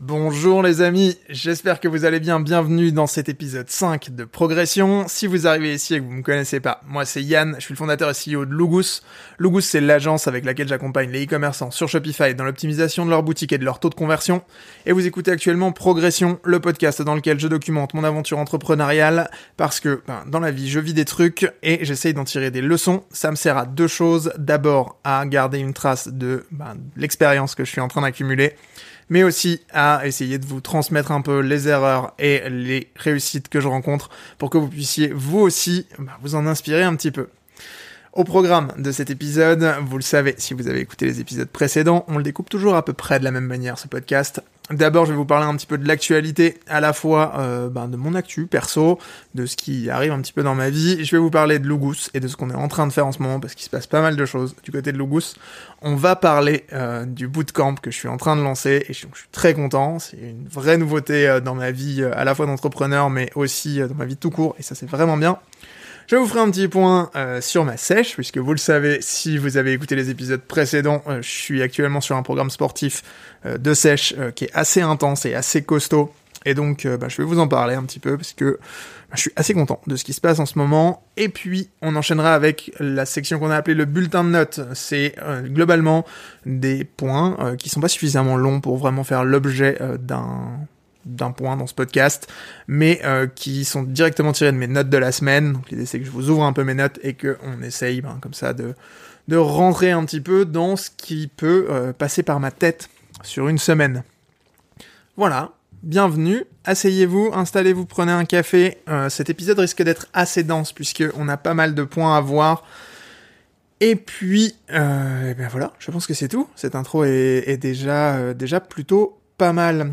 Bonjour les amis, j'espère que vous allez bien, bienvenue dans cet épisode 5 de Progression. Si vous arrivez ici et que vous me connaissez pas, moi c'est Yann, je suis le fondateur et CEO de Loogoos. Loogoos c'est l'agence avec laquelle j'accompagne les e-commerçants sur Shopify dans l'optimisation de leur boutique et de leur taux de conversion. Et vous écoutez actuellement Progression, le podcast dans lequel je documente mon aventure entrepreneuriale parce que dans la vie je vis des trucs et j'essaye d'en tirer des leçons. Ça me sert à deux choses, d'abord à garder une trace de l'expérience que je suis en train d'accumuler, mais aussi à essayer de vous transmettre un peu les erreurs et les réussites que je rencontre pour que vous puissiez vous aussi vous en inspirer un petit peu. Au programme de cet épisode, vous le savez si vous avez écouté les épisodes précédents, on le découpe toujours à peu près de la même manière ce podcast. D'abord, je vais vous parler un petit peu de l'actualité, à la fois de mon actu perso, de ce qui arrive un petit peu dans ma vie. Je vais vous parler de Loogoos et de ce qu'on est en train de faire en ce moment, parce qu'il se passe pas mal de choses du côté de Loogoos. On va parler du bootcamp que je suis en train de lancer, et je suis très content. C'est une vraie nouveauté dans ma vie, à la fois d'entrepreneur, mais aussi dans ma vie tout court, et ça c'est vraiment bien. Je vous ferai un petit point sur ma sèche, puisque vous le savez, si vous avez écouté les épisodes précédents, je suis actuellement sur un programme sportif de sèche qui est assez intense et assez costaud. Et donc, je vais vous en parler un petit peu, parce que je suis assez content de ce qui se passe en ce moment. Et puis, on enchaînera avec la section qu'on a appelée le bulletin de notes. C'est globalement des points qui sont pas suffisamment longs pour vraiment faire l'objet d'un point dans ce podcast, mais qui sont directement tirés de mes notes de la semaine. Donc l'idée c'est que je vous ouvre un peu mes notes et qu'on essaye comme ça de rentrer un petit peu dans ce qui peut passer par ma tête sur une semaine. Voilà, bienvenue, asseyez-vous, installez-vous, prenez un café. Cet épisode risque d'être assez dense puisqu'on a pas mal de points à voir. Et puis, voilà, je pense que c'est tout. Cette intro est déjà plutôt pas mal.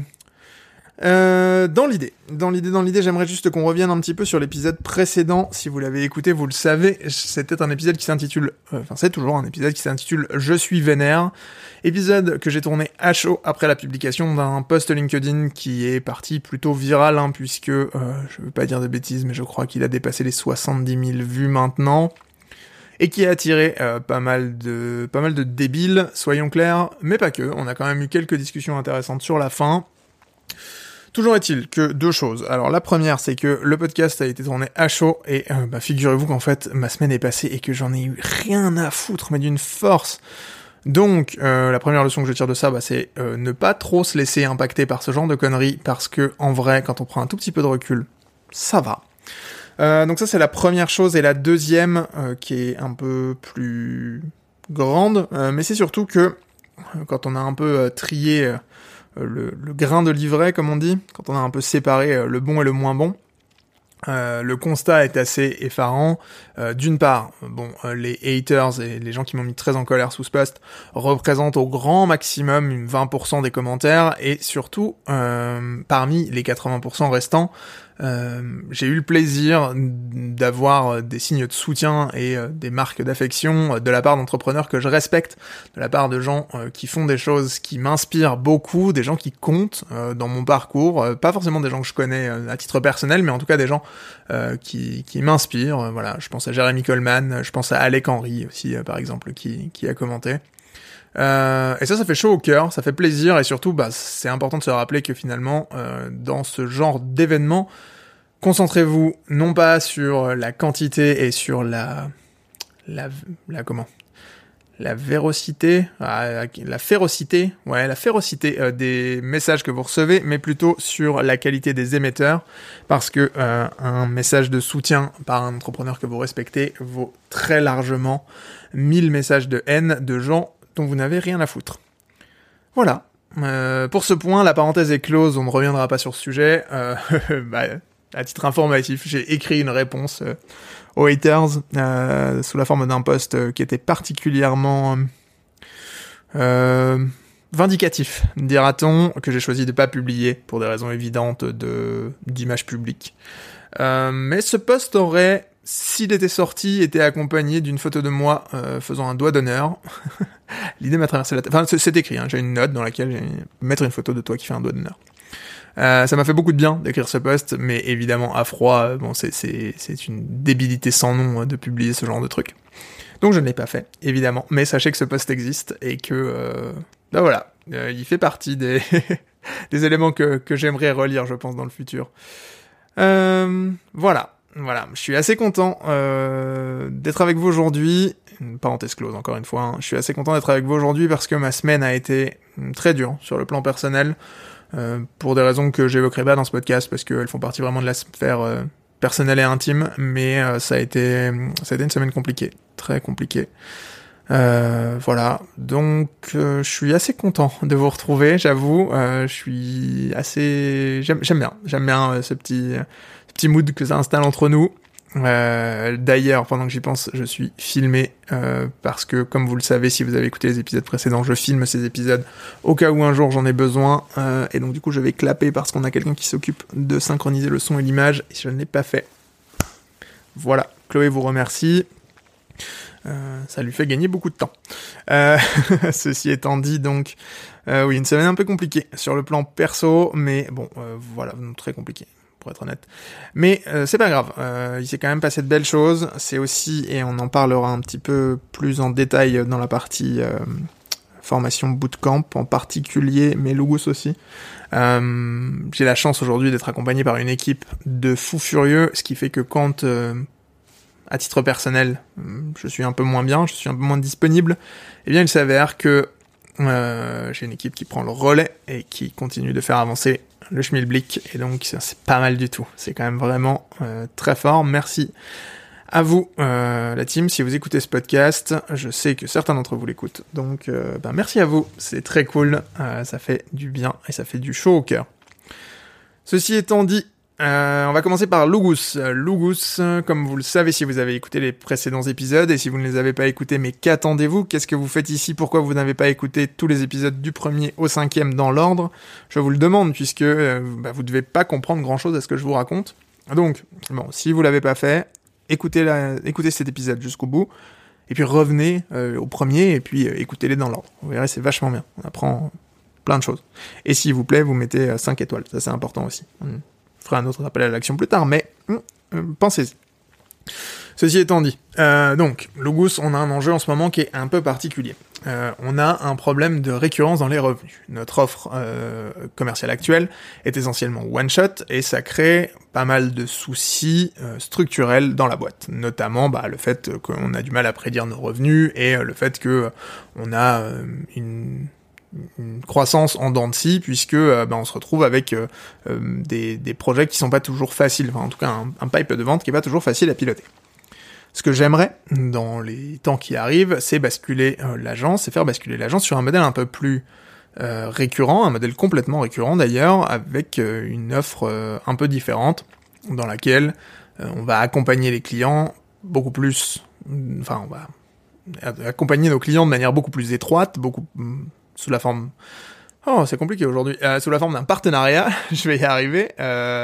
Dans l'idée, j'aimerais juste qu'on revienne un petit peu sur l'épisode précédent. Si vous l'avez écouté, vous le savez, c'était un épisode qui s'intitule, c'est toujours un épisode qui s'intitule Je suis vénère. Épisode que j'ai tourné à chaud après la publication d'un post LinkedIn qui est parti plutôt viral, puisque, je veux pas dire de bêtises, mais je crois qu'il a dépassé les 70 000 vues maintenant. Et qui a attiré pas mal de débiles, soyons clairs, mais pas que. On a quand même eu quelques discussions intéressantes sur la fin. Toujours est-il que deux choses. Alors la première, c'est que le podcast a été tourné à chaud et figurez-vous qu'en fait ma semaine est passée et que j'en ai eu rien à foutre, mais d'une force. Donc la première leçon que je tire de ça, c'est ne pas trop se laisser impacter par ce genre de conneries, parce que en vrai, quand on prend un tout petit peu de recul, ça va. Donc ça c'est la première chose, et la deuxième qui est un peu plus grande, mais c'est surtout que quand on a un peu trié le grain de livret, comme on dit, quand on a un peu séparé le bon et le moins bon, le constat est assez effarant. D'une part, les haters et les gens qui m'ont mis très en colère sous ce post représentent au grand maximum 20% des commentaires, et surtout, parmi les 80% restants, j'ai eu le plaisir d'avoir des signes de soutien et des marques d'affection de la part d'entrepreneurs que je respecte, de la part de gens qui font des choses qui m'inspirent beaucoup, des gens qui comptent dans mon parcours, pas forcément des gens que je connais à titre personnel, mais en tout cas des gens qui m'inspirent. Voilà, je pense à Jérémy Coleman, je pense à Alec Henry aussi, par exemple, qui a commenté. Et ça fait chaud au cœur, ça fait plaisir, et surtout, c'est important de se rappeler que finalement, dans ce genre d'événement, concentrez-vous non pas sur la quantité et sur la férocité des messages que vous recevez, mais plutôt sur la qualité des émetteurs, parce que un message de soutien par un entrepreneur que vous respectez vaut très largement 1000 messages de haine de gens dont vous n'avez rien à foutre. Voilà. Pour ce point, la parenthèse est close, on ne reviendra pas sur ce sujet. À titre informatif, j'ai écrit une réponse aux haters sous la forme d'un post qui était particulièrement vindicatif, dira-t-on, que j'ai choisi de pas publier pour des raisons évidentes d'image publique. Mais ce post aurait, s'il était sorti, été accompagné d'une photo de moi faisant un doigt d'honneur. L'idée m'a traversé la tête. Enfin, c'est écrit, j'ai une note dans laquelle j'ai mettre une photo de toi qui fait un doigt d'honneur. Ça m'a fait beaucoup de bien d'écrire ce post, mais évidemment à froid, c'est une débilité sans nom de publier ce genre de truc. Donc je ne l'ai pas fait, évidemment, mais sachez que ce post existe et que, voilà, il fait partie des des éléments que j'aimerais relire, je pense, dans le futur. Voilà, je suis assez content d'être avec vous aujourd'hui. Une parenthèse close, encore une fois. Je suis assez content d'être avec vous aujourd'hui parce que ma semaine a été très dure sur le plan personnel, pour des raisons que j'évoquerai pas dans ce podcast, parce qu'elles font partie vraiment de la sphère personnelle et intime, mais ça a été une semaine compliquée, très compliquée. Voilà, donc je suis assez content de vous retrouver, j'avoue. Je suis assez, j'aime bien ce petit mood que ça installe entre nous. D'ailleurs, pendant que j'y pense, je suis filmé parce que, comme vous le savez, si vous avez écouté les épisodes précédents, je filme ces épisodes au cas où un jour j'en ai besoin. Et donc du coup, je vais clapper parce qu'on a quelqu'un qui s'occupe de synchroniser le son et l'image et je ne l'ai pas fait. Voilà, Chloé vous remercie. Ça lui fait gagner beaucoup de temps. Ceci étant dit, donc, oui, une semaine un peu compliquée sur le plan perso, mais bon, voilà, très compliqué, pour être honnête. Mais c'est pas grave, il s'est quand même passé de belles choses. C'est aussi, et on en parlera un petit peu plus en détail dans la partie formation bootcamp en particulier, mais Logos aussi. J'ai la chance aujourd'hui d'être accompagné par une équipe de fous furieux, ce qui fait que quand... à titre personnel, je suis un peu moins bien, je suis un peu moins disponible, eh bien il s'avère que j'ai une équipe qui prend le relais et qui continue de faire avancer le schmilblick, et donc c'est pas mal du tout. C'est quand même vraiment très fort. Merci à vous, la team, si vous écoutez ce podcast. Je sais que certains d'entre vous l'écoutent, donc merci à vous, c'est très cool, ça fait du bien et ça fait du chaud au cœur. Ceci étant dit, on va commencer par Logos. Logos, comme vous le savez si vous avez écouté les précédents épisodes, et si vous ne les avez pas écoutés, mais qu'attendez-vous? Qu'est-ce que vous faites ici? Pourquoi vous n'avez pas écouté tous les épisodes du 1er au 5e dans l'ordre? Je vous le demande, puisque vous devez pas comprendre grand-chose à ce que je vous raconte. Donc, bon, si vous l'avez pas fait, écoutez cet épisode jusqu'au bout, et puis revenez au premier, et puis écoutez-les dans l'ordre. Vous verrez, c'est vachement bien. On apprend plein de choses. Et s'il vous plaît, vous mettez 5 étoiles. Ça, c'est important aussi. Je ferai un autre appel à l'action plus tard, mais pensez-y. Ceci étant dit, donc, Logos, on a un enjeu en ce moment qui est un peu particulier. On a un problème de récurrence dans les revenus. Notre offre commerciale actuelle est essentiellement one-shot, et ça crée pas mal de soucis structurels dans la boîte. Notamment le fait qu'on a du mal à prédire nos revenus, et le fait que on a une croissance en dents de scie, puisque on se retrouve avec des projets qui sont pas toujours faciles, enfin en tout cas un pipe de vente qui est pas toujours facile à piloter. Ce que j'aimerais, dans les temps qui arrivent, c'est basculer l'agence, et faire basculer l'agence sur un modèle un peu plus récurrent, un modèle complètement récurrent d'ailleurs, avec une offre un peu différente, dans laquelle on va accompagner les clients beaucoup plus, on va accompagner nos clients de manière beaucoup plus étroite, sous la forme... Oh, c'est compliqué aujourd'hui. Sous la forme d'un partenariat, je vais y arriver.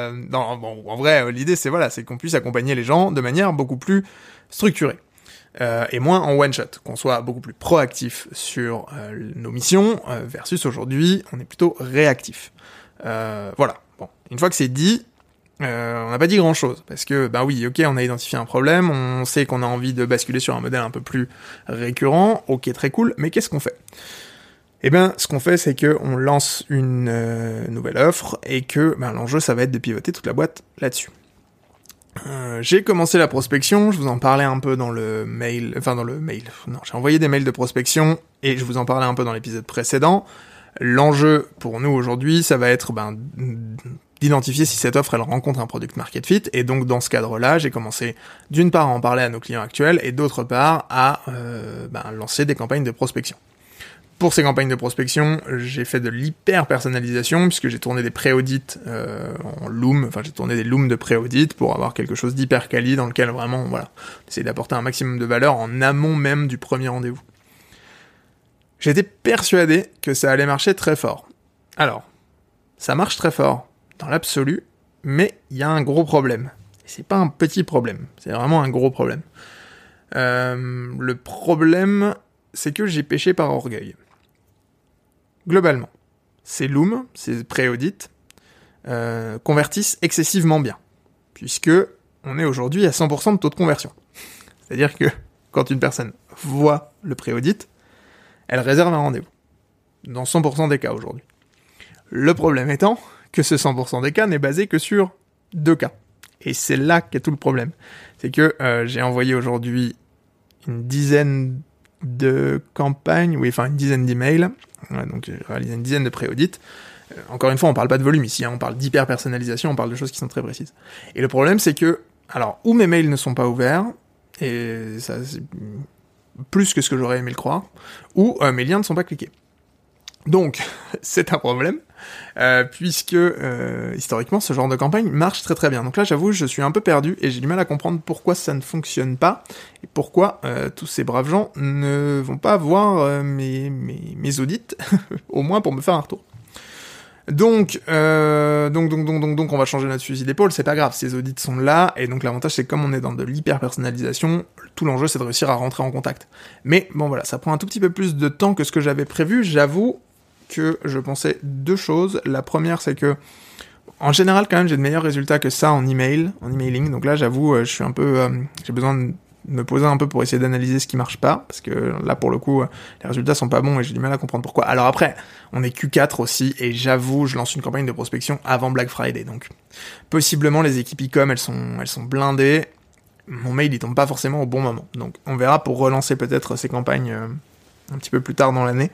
En vrai, l'idée, c'est qu'on puisse accompagner les gens de manière beaucoup plus structurée. Et moins en one-shot. Qu'on soit beaucoup plus proactif sur nos missions, versus aujourd'hui, on est plutôt réactif. Voilà. Bon, une fois que c'est dit, on n'a pas dit grand-chose. Parce que, oui, ok, on a identifié un problème, on sait qu'on a envie de basculer sur un modèle un peu plus récurrent, ok, très cool, mais qu'est-ce qu'on fait ? Eh bien, ce qu'on fait, c'est que on lance une nouvelle offre, et que l'enjeu, ça va être de pivoter toute la boîte là-dessus. J'ai commencé la prospection, je vous en parlais un peu dans le mail, j'ai envoyé des mails de prospection, et je vous en parlais un peu dans l'épisode précédent. L'enjeu pour nous aujourd'hui, ça va être d'identifier si cette offre, elle rencontre un product market fit, et donc dans ce cadre-là, j'ai commencé d'une part à en parler à nos clients actuels, et d'autre part à lancer des campagnes de prospection. Pour ces campagnes de prospection, j'ai fait de l'hyper-personnalisation, puisque j'ai tourné des pré-audits en Loom, j'ai tourné des Loom de pré-audit pour avoir quelque chose d'hyper quali dans lequel vraiment, on essaie d'apporter un maximum de valeur en amont même du premier rendez-vous. J'étais persuadé que ça allait marcher très fort. Alors, ça marche très fort, dans l'absolu, mais il y a un gros problème. Et c'est pas un petit problème, c'est vraiment un gros problème. Le problème, c'est que j'ai péché par orgueil. Globalement, ces Loom, ces pré-audits, convertissent excessivement bien, puisque on est aujourd'hui à 100% de taux de conversion. C'est-à-dire que quand une personne voit le pré-audit, elle réserve un rendez-vous, dans 100% des cas aujourd'hui. Le problème étant que ce 100% des cas n'est basé que sur 2 cas. Et c'est là qu'est tout le problème. C'est que j'ai envoyé aujourd'hui une dizaine de campagnes, une dizaine d'emails, donc j'ai réalisé une dizaine de pré-audits. Encore une fois, on parle pas de volume ici, on parle d'hyper-personnalisation, on parle de choses qui sont très précises. Et le problème, c'est que, ou mes mails ne sont pas ouverts, et ça c'est plus que ce que j'aurais aimé le croire, ou mes liens ne sont pas cliqués. Donc, c'est un problème, puisque historiquement, ce genre de campagne marche très très bien. Donc là, j'avoue, je suis un peu perdu, et j'ai du mal à comprendre pourquoi ça ne fonctionne pas, et pourquoi tous ces braves gens ne vont pas voir mes audits, au moins pour me faire un retour. Donc, on va changer notre fusil d'épaule, c'est pas grave, ces audits sont là, et donc l'avantage c'est que comme on est dans de l'hyper-personnalisation, tout l'enjeu c'est de réussir à rentrer en contact. Mais bon voilà, ça prend un tout petit peu plus de temps que ce que j'avais prévu, j'avoue que je pensais 2 choses. La première c'est que, en général quand même j'ai de meilleurs résultats que ça en emailing, donc là j'avoue, je suis un peu, j'ai besoin de me poser un peu pour essayer d'analyser ce qui marche pas, parce que là pour le coup les résultats sont pas bons et j'ai du mal à comprendre pourquoi. Alors après, on est Q4 aussi, et j'avoue, je lance une campagne de prospection avant Black Friday, donc possiblement les équipes e-com elles sont blindées, mon mail il tombe pas forcément au bon moment, donc on verra pour relancer peut-être ces campagnes un petit peu plus tard dans l'année.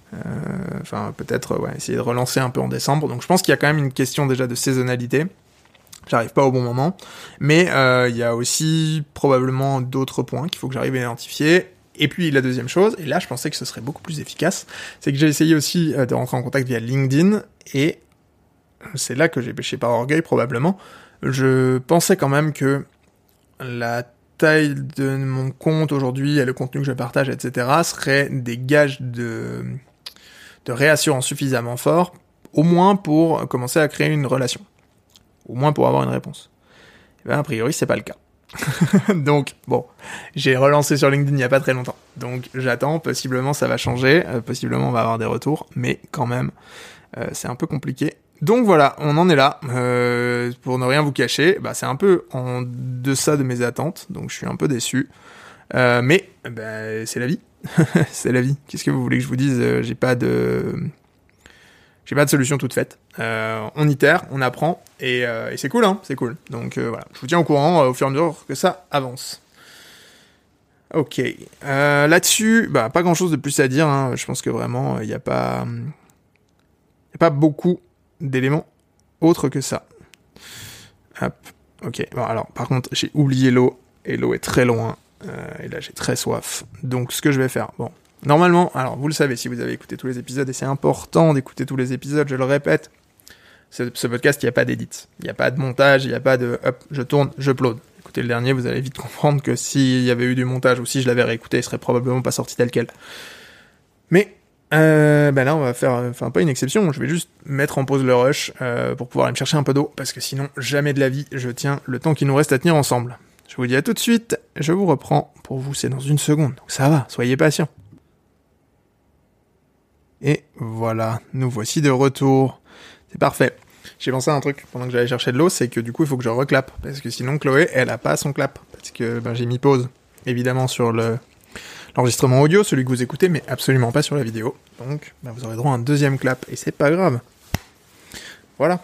Peut-être essayer de relancer un peu en décembre, donc je pense qu'il y a quand même une question déjà de saisonnalité. J'arrive pas au bon moment, mais il y a aussi probablement d'autres points qu'il faut que j'arrive à identifier. Et puis la deuxième chose, et là je pensais que ce serait beaucoup plus efficace, c'est que j'ai essayé aussi de rentrer en contact via LinkedIn, et c'est là que j'ai péché par orgueil probablement. Je pensais quand même que la taille de mon compte aujourd'hui et le contenu que je partage, etc., seraient des gages de réassurance suffisamment forts, au moins pour commencer à créer une relation. Au moins pour avoir une réponse. Et a priori, c'est pas le cas. Donc, bon, j'ai relancé sur LinkedIn il y a pas très longtemps. Donc, j'attends, possiblement ça va changer, possiblement on va avoir des retours, mais quand même, c'est un peu compliqué. Donc voilà, on en est là. Pour ne rien vous cacher, c'est un peu en deçà de mes attentes, donc je suis un peu déçu. Mais, c'est la vie. C'est la vie. Qu'est-ce que vous voulez que je vous dise ? J'ai pas de solution toute faite. On itère, on apprend, et c'est cool, c'est cool. Donc voilà, je vous tiens au courant au fur et à mesure que ça avance. Ok, là-dessus, pas grand-chose de plus à dire, je pense que vraiment, il n'y a pas beaucoup d'éléments autres que ça. Hop, ok, bon alors, par contre, j'ai oublié l'eau, et l'eau est très loin, et là j'ai très soif. Donc ce que je vais faire, normalement, alors vous le savez si vous avez écouté tous les épisodes, et c'est important d'écouter tous les épisodes, je le répète, ce podcast, il n'y a pas d'édit, il n'y a pas de montage, il n'y a pas de hop, je tourne, je upload. Écoutez le dernier, vous allez vite comprendre que s'il y avait eu du montage, ou si je l'avais réécouté, il serait probablement pas sorti tel quel. Mais, là on va faire, pas une exception, je vais juste mettre en pause le rush pour pouvoir aller me chercher un peu d'eau, parce que sinon, jamais de la vie, je tiens le temps qu'il nous reste à tenir ensemble. Je vous dis à tout de suite, je vous reprends, pour vous c'est dans 1 seconde, donc ça va, soyez patients. Et voilà, nous voici de retour. C'est parfait. J'ai pensé à un truc pendant que j'allais chercher de l'eau, c'est que du coup il faut que je reclappe, parce que sinon Chloé, elle a pas son clap, parce que j'ai mis pause, évidemment sur l'enregistrement audio, celui que vous écoutez, mais absolument pas sur la vidéo. Donc vous aurez droit à un 2e clap, et c'est pas grave. Voilà.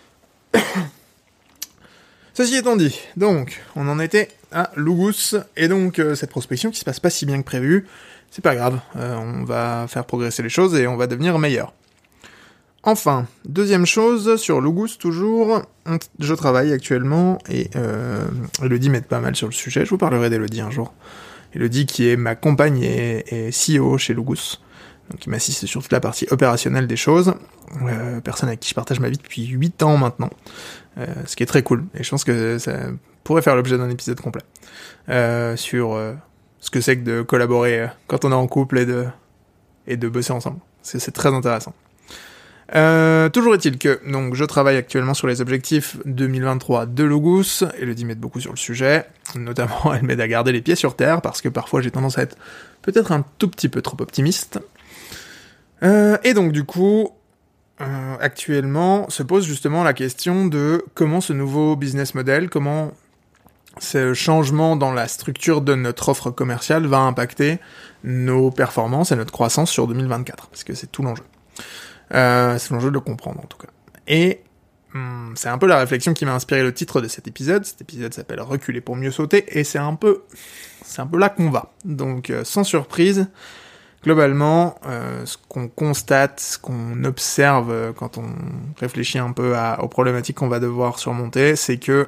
Ceci étant dit, donc, on en était à Lougus, et donc cette prospection qui se passe pas si bien que prévu, c'est pas grave, on va faire progresser les choses et on va devenir meilleur. Enfin, deuxième chose, sur Lougus toujours, je travaille actuellement, et Elodie m'aide pas mal sur le sujet, je vous parlerai d'Elodie un jour. Elodie qui est ma compagne et CEO chez Lougus, donc qui m'assiste sur toute la partie opérationnelle des choses, personne avec qui je partage ma vie depuis 8 ans maintenant, ce qui est très cool, et je pense que ça pourrait faire l'objet d'un épisode complet, sur ce que c'est que de collaborer quand on est en couple et de bosser ensemble. C'est très intéressant. Toujours est-il que donc je travaille actuellement sur les objectifs 2023 de Lougus, Elodie m'aide beaucoup sur le sujet, notamment elle m'aide à garder les pieds sur terre, parce que parfois j'ai tendance à être peut-être un tout petit peu trop optimiste. Et donc du coup, actuellement se pose justement la question de comment ce nouveau business model, comment ce changement dans la structure de notre offre commerciale va impacter nos performances et notre croissance sur 2024, parce que c'est tout l'enjeu. C'est l'enjeu de le comprendre en tout cas. Et c'est un peu la réflexion qui m'a inspiré le titre de cet épisode. Cet épisode s'appelle Reculer pour mieux sauter, et c'est un peu là qu'on va. Donc sans surprise, globalement, ce qu'on constate, ce qu'on observe quand on réfléchit un peu aux problématiques qu'on va devoir surmonter, c'est que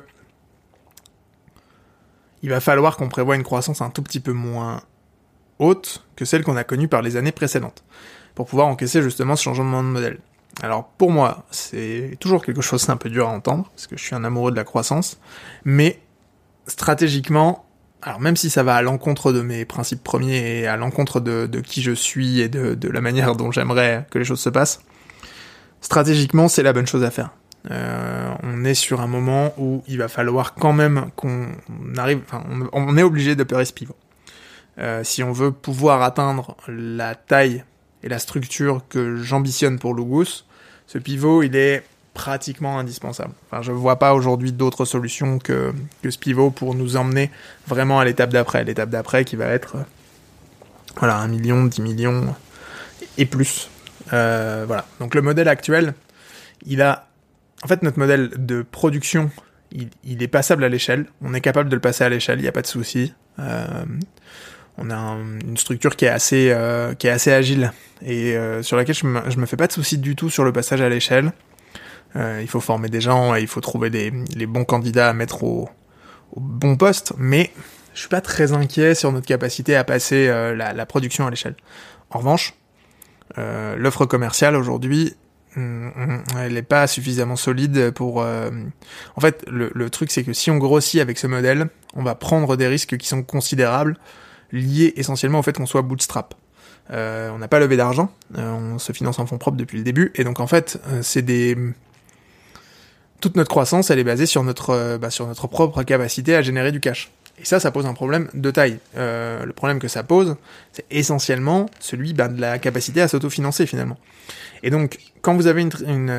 il va falloir qu'on prévoie une croissance un tout petit peu moins haute que celle qu'on a connue par les années précédentes, pour pouvoir encaisser justement ce changement de modèle. Alors pour moi, c'est toujours quelque chose d'un peu dur à entendre, parce que je suis un amoureux de la croissance, mais stratégiquement, alors même si ça va à l'encontre de mes principes premiers et à l'encontre de qui je suis et de la manière dont j'aimerais que les choses se passent, stratégiquement, c'est la bonne chose à faire. On est sur un moment où il va falloir quand même qu'on arrive, enfin, on est obligé d'opérer ce pivot. Si on veut pouvoir atteindre la taille et la structure que j'ambitionne pour Lugus, ce pivot, il est pratiquement indispensable. Enfin, je vois pas aujourd'hui d'autres solutions que ce pivot pour nous emmener vraiment à l'étape d'après qui va être 1 million, 10 millions et plus. Voilà. Donc le modèle actuel, en fait, notre modèle de production, il est passable à l'échelle. On est capable de le passer à l'échelle, il n'y a pas de souci. On a une structure qui est assez agile et sur laquelle je me fais pas de soucis du tout sur le passage à l'échelle. Il faut former des gens et il faut trouver les bons candidats à mettre au bon poste, mais je suis pas très inquiet sur notre capacité à passer la production à l'échelle. En revanche, l'offre commerciale aujourd'hui, elle n'est pas suffisamment solide pour... En fait, le truc, c'est que si on grossit avec ce modèle, on va prendre des risques qui sont considérables, liés essentiellement au fait qu'on soit bootstrap. On n'a pas levé d'argent, on se finance en fonds propres depuis le début, et donc en fait, toute notre croissance, elle est basée sur notre propre capacité à générer du cash. Et ça pose un problème de taille. Le problème que ça pose, c'est essentiellement celui de la capacité à s'autofinancer finalement. Et donc, quand vous avez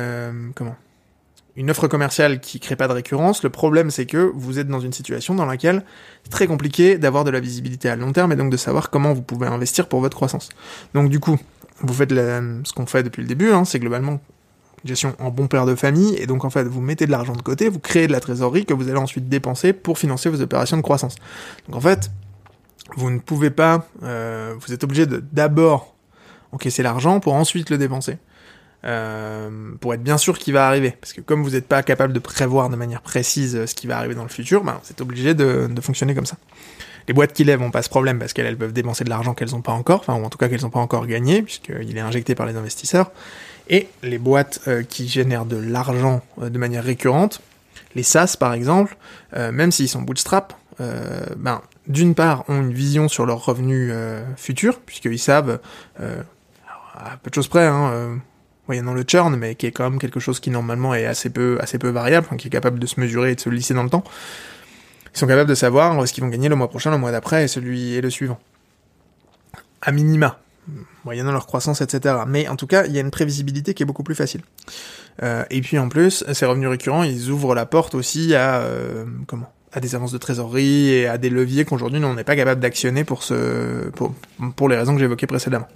une offre commerciale qui crée pas de récurrence, le problème c'est que vous êtes dans une situation dans laquelle c'est très compliqué d'avoir de la visibilité à long terme et donc de savoir comment vous pouvez investir pour votre croissance. Donc du coup, vous faites ce qu'on fait depuis le début, c'est globalement gestion en bon père de famille, et donc en fait vous mettez de l'argent de côté, vous créez de la trésorerie que vous allez ensuite dépenser pour financer vos opérations de croissance. Donc en fait, vous ne pouvez pas, vous êtes obligé de d'abord encaisser l'argent pour ensuite le dépenser. Pour être bien sûr qu'il va arriver, parce que comme vous n'êtes pas capable de prévoir de manière précise ce qui va arriver dans le futur, vous êtes obligé de fonctionner comme ça. Les boîtes qui lèvent n'ont pas ce problème parce qu'elles peuvent dépenser de l'argent qu'elles n'ont pas encore, ou en tout cas qu'elles n'ont pas encore gagné, puisqu'il est injecté par les investisseurs. Et les boîtes qui génèrent de l'argent de manière récurrente, les SaaS par exemple, même s'ils sont bootstrap, d'une part ont une vision sur leurs revenus futurs, puisqu'ils savent, à peu de choses près, moyennant le churn, mais qui est quand même quelque chose qui normalement est assez peu variable, qui est capable de se mesurer et de se lisser dans le temps. Ils sont capables de savoir ce qu'ils vont gagner le mois prochain, le mois d'après et le suivant. À minima, moyennant leur croissance, etc. Mais en tout cas, il y a une prévisibilité qui est beaucoup plus facile. Et puis en plus, ces revenus récurrents, ils ouvrent la porte aussi à des avances de trésorerie et à des leviers qu'aujourd'hui, nous, on n'est pas capable d'actionner pour les raisons que j'évoquais précédemment.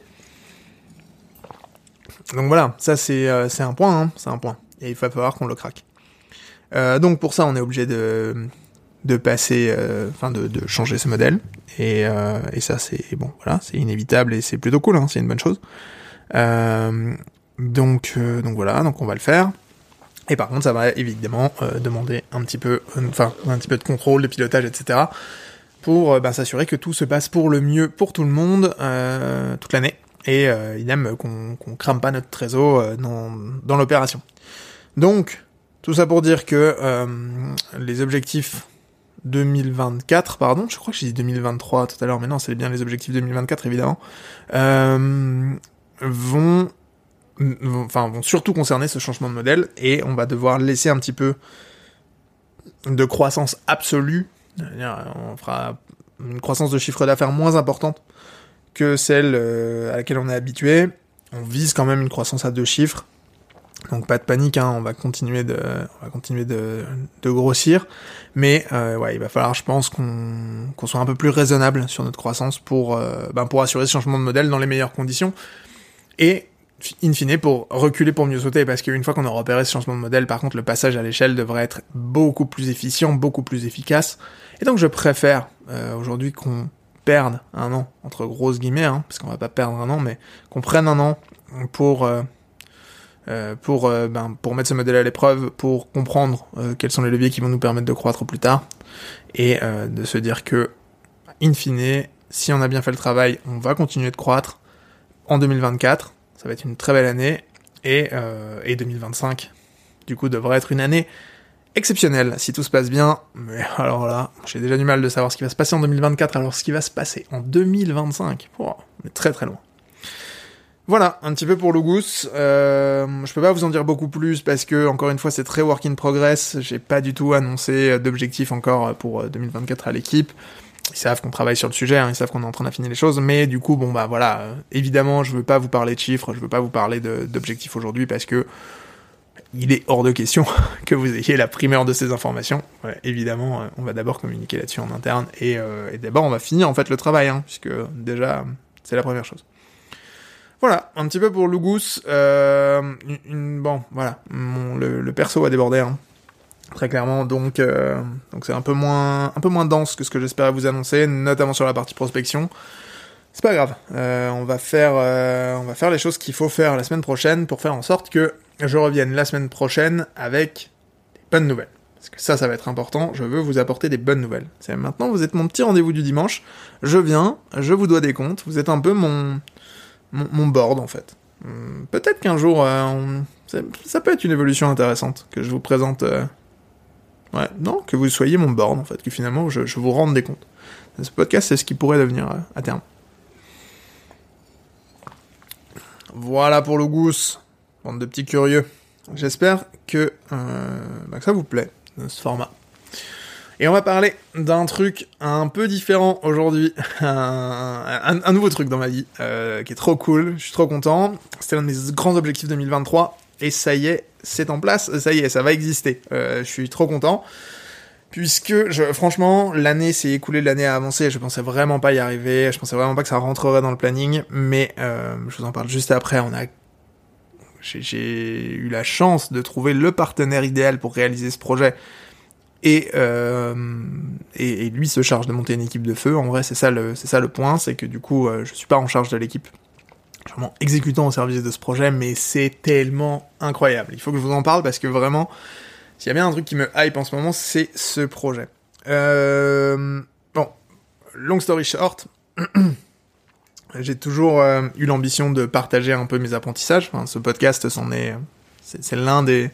Donc voilà, ça c'est un point, c'est un point. Et il va falloir qu'on le craque. Donc pour ça, on est obligé de passer, de changer ce modèle. Et ça c'est bon, voilà, c'est inévitable et c'est plutôt cool, c'est une bonne chose. Donc voilà, donc on va le faire. Et par contre, ça va évidemment demander un petit peu de contrôle, de pilotage, etc. pour s'assurer que tout se passe pour le mieux pour tout le monde toute l'année. Et idem qu'on crame pas notre trésor dans l'opération. Donc, tout ça pour dire que les objectifs 2024, pardon, je crois que j'ai dit 2023 tout à l'heure, mais non, c'est bien les objectifs 2024 évidemment, vont surtout concerner ce changement de modèle, et on va devoir laisser un petit peu de croissance absolue, on fera une croissance de chiffre d'affaires moins importante que celle à laquelle on est habitué. On vise quand même une croissance à 2 chiffres, donc pas de panique, on va continuer de grossir, mais il va falloir, je pense, qu'on soit un peu plus raisonnable sur notre croissance pour assurer ce changement de modèle dans les meilleures conditions, et in fine, pour reculer pour mieux sauter, parce qu'une fois qu'on aura opéré ce changement de modèle, par contre, le passage à l'échelle devrait être beaucoup plus efficient, beaucoup plus efficace. Et donc, je préfère aujourd'hui qu'on perde un an, entre grosses guillemets, hein, parce qu'on va pas perdre un an, mais qu'on prenne un an pour mettre ce modèle à l'épreuve, pour comprendre quels sont les leviers qui vont nous permettre de croître plus tard, et de se dire que, in fine, si on a bien fait le travail, on va continuer de croître en 2024, ça va être une très belle année, et 2025, du coup, devrait être une année exceptionnelle, si tout se passe bien, mais alors là, j'ai déjà du mal de savoir ce qui va se passer en 2024, alors ce qui va se passer en 2025, on est très très loin. Voilà, un petit peu pour Lugus. Je peux pas vous en dire beaucoup plus parce que, encore une fois, c'est très work in progress. J'ai pas du tout annoncé d'objectifs encore pour 2024 à l'équipe. Ils savent qu'on travaille sur le sujet, hein, ils savent qu'on est en train d'affiner les choses, mais du coup, bon bah voilà, évidemment, je veux pas vous parler de chiffres, je veux pas vous parler d'objectifs aujourd'hui parce que il est hors de question que vous ayez la primeur de ces informations. Ouais, évidemment, on va d'abord communiquer là-dessus en interne et d'abord on va finir en fait le travail, hein, puisque déjà c'est la première chose. Voilà, un petit peu pour Lugus. Bon, voilà, le perso a débordé, hein, très clairement. Donc c'est un peu moins dense que ce que j'espérais vous annoncer, notamment sur la partie prospection. C'est pas grave. On va faire les choses qu'il faut faire la semaine prochaine pour faire en sorte que je revienne la semaine prochaine avec des bonnes nouvelles. Parce que ça va être important. Je veux vous apporter des bonnes nouvelles. Maintenant, vous êtes mon petit rendez-vous du dimanche. Je viens, je vous dois des comptes. Vous êtes un peu mon board, en fait. Peut-être qu'un jour, ça peut être une évolution intéressante, que je vous présente... que vous soyez mon board, en fait, que finalement, je vous rende des comptes. Ce podcast, c'est ce qui pourrait devenir à terme. Voilà pour Lugus, bande de petits curieux. J'espère que ça vous plaît, ce format. Et on va parler d'un truc un peu différent aujourd'hui, un nouveau truc dans ma vie, qui est trop cool, je suis trop content. C'était l'un de mes grands objectifs 2023, et ça y est, c'est en place, ça y est, ça va exister. Je suis trop content, puisque franchement, l'année s'est écoulée, l'année a avancé, je pensais vraiment pas y arriver, je pensais vraiment pas que ça rentrerait dans le planning, mais je vous en parle juste après. J'ai eu la chance de trouver le partenaire idéal pour réaliser ce projet. Et lui se charge de monter une équipe de feu. En vrai, c'est ça le point, c'est que du coup, je suis pas en charge de l'équipe. Je suis vraiment exécutant au service de ce projet, mais c'est tellement incroyable. Il faut que je vous en parle parce que vraiment, s'il y a bien un truc qui me hype en ce moment, c'est ce projet. Bon, long story short, j'ai toujours eu l'ambition de partager un peu mes apprentissages. Enfin, ce podcast, c'est l'un des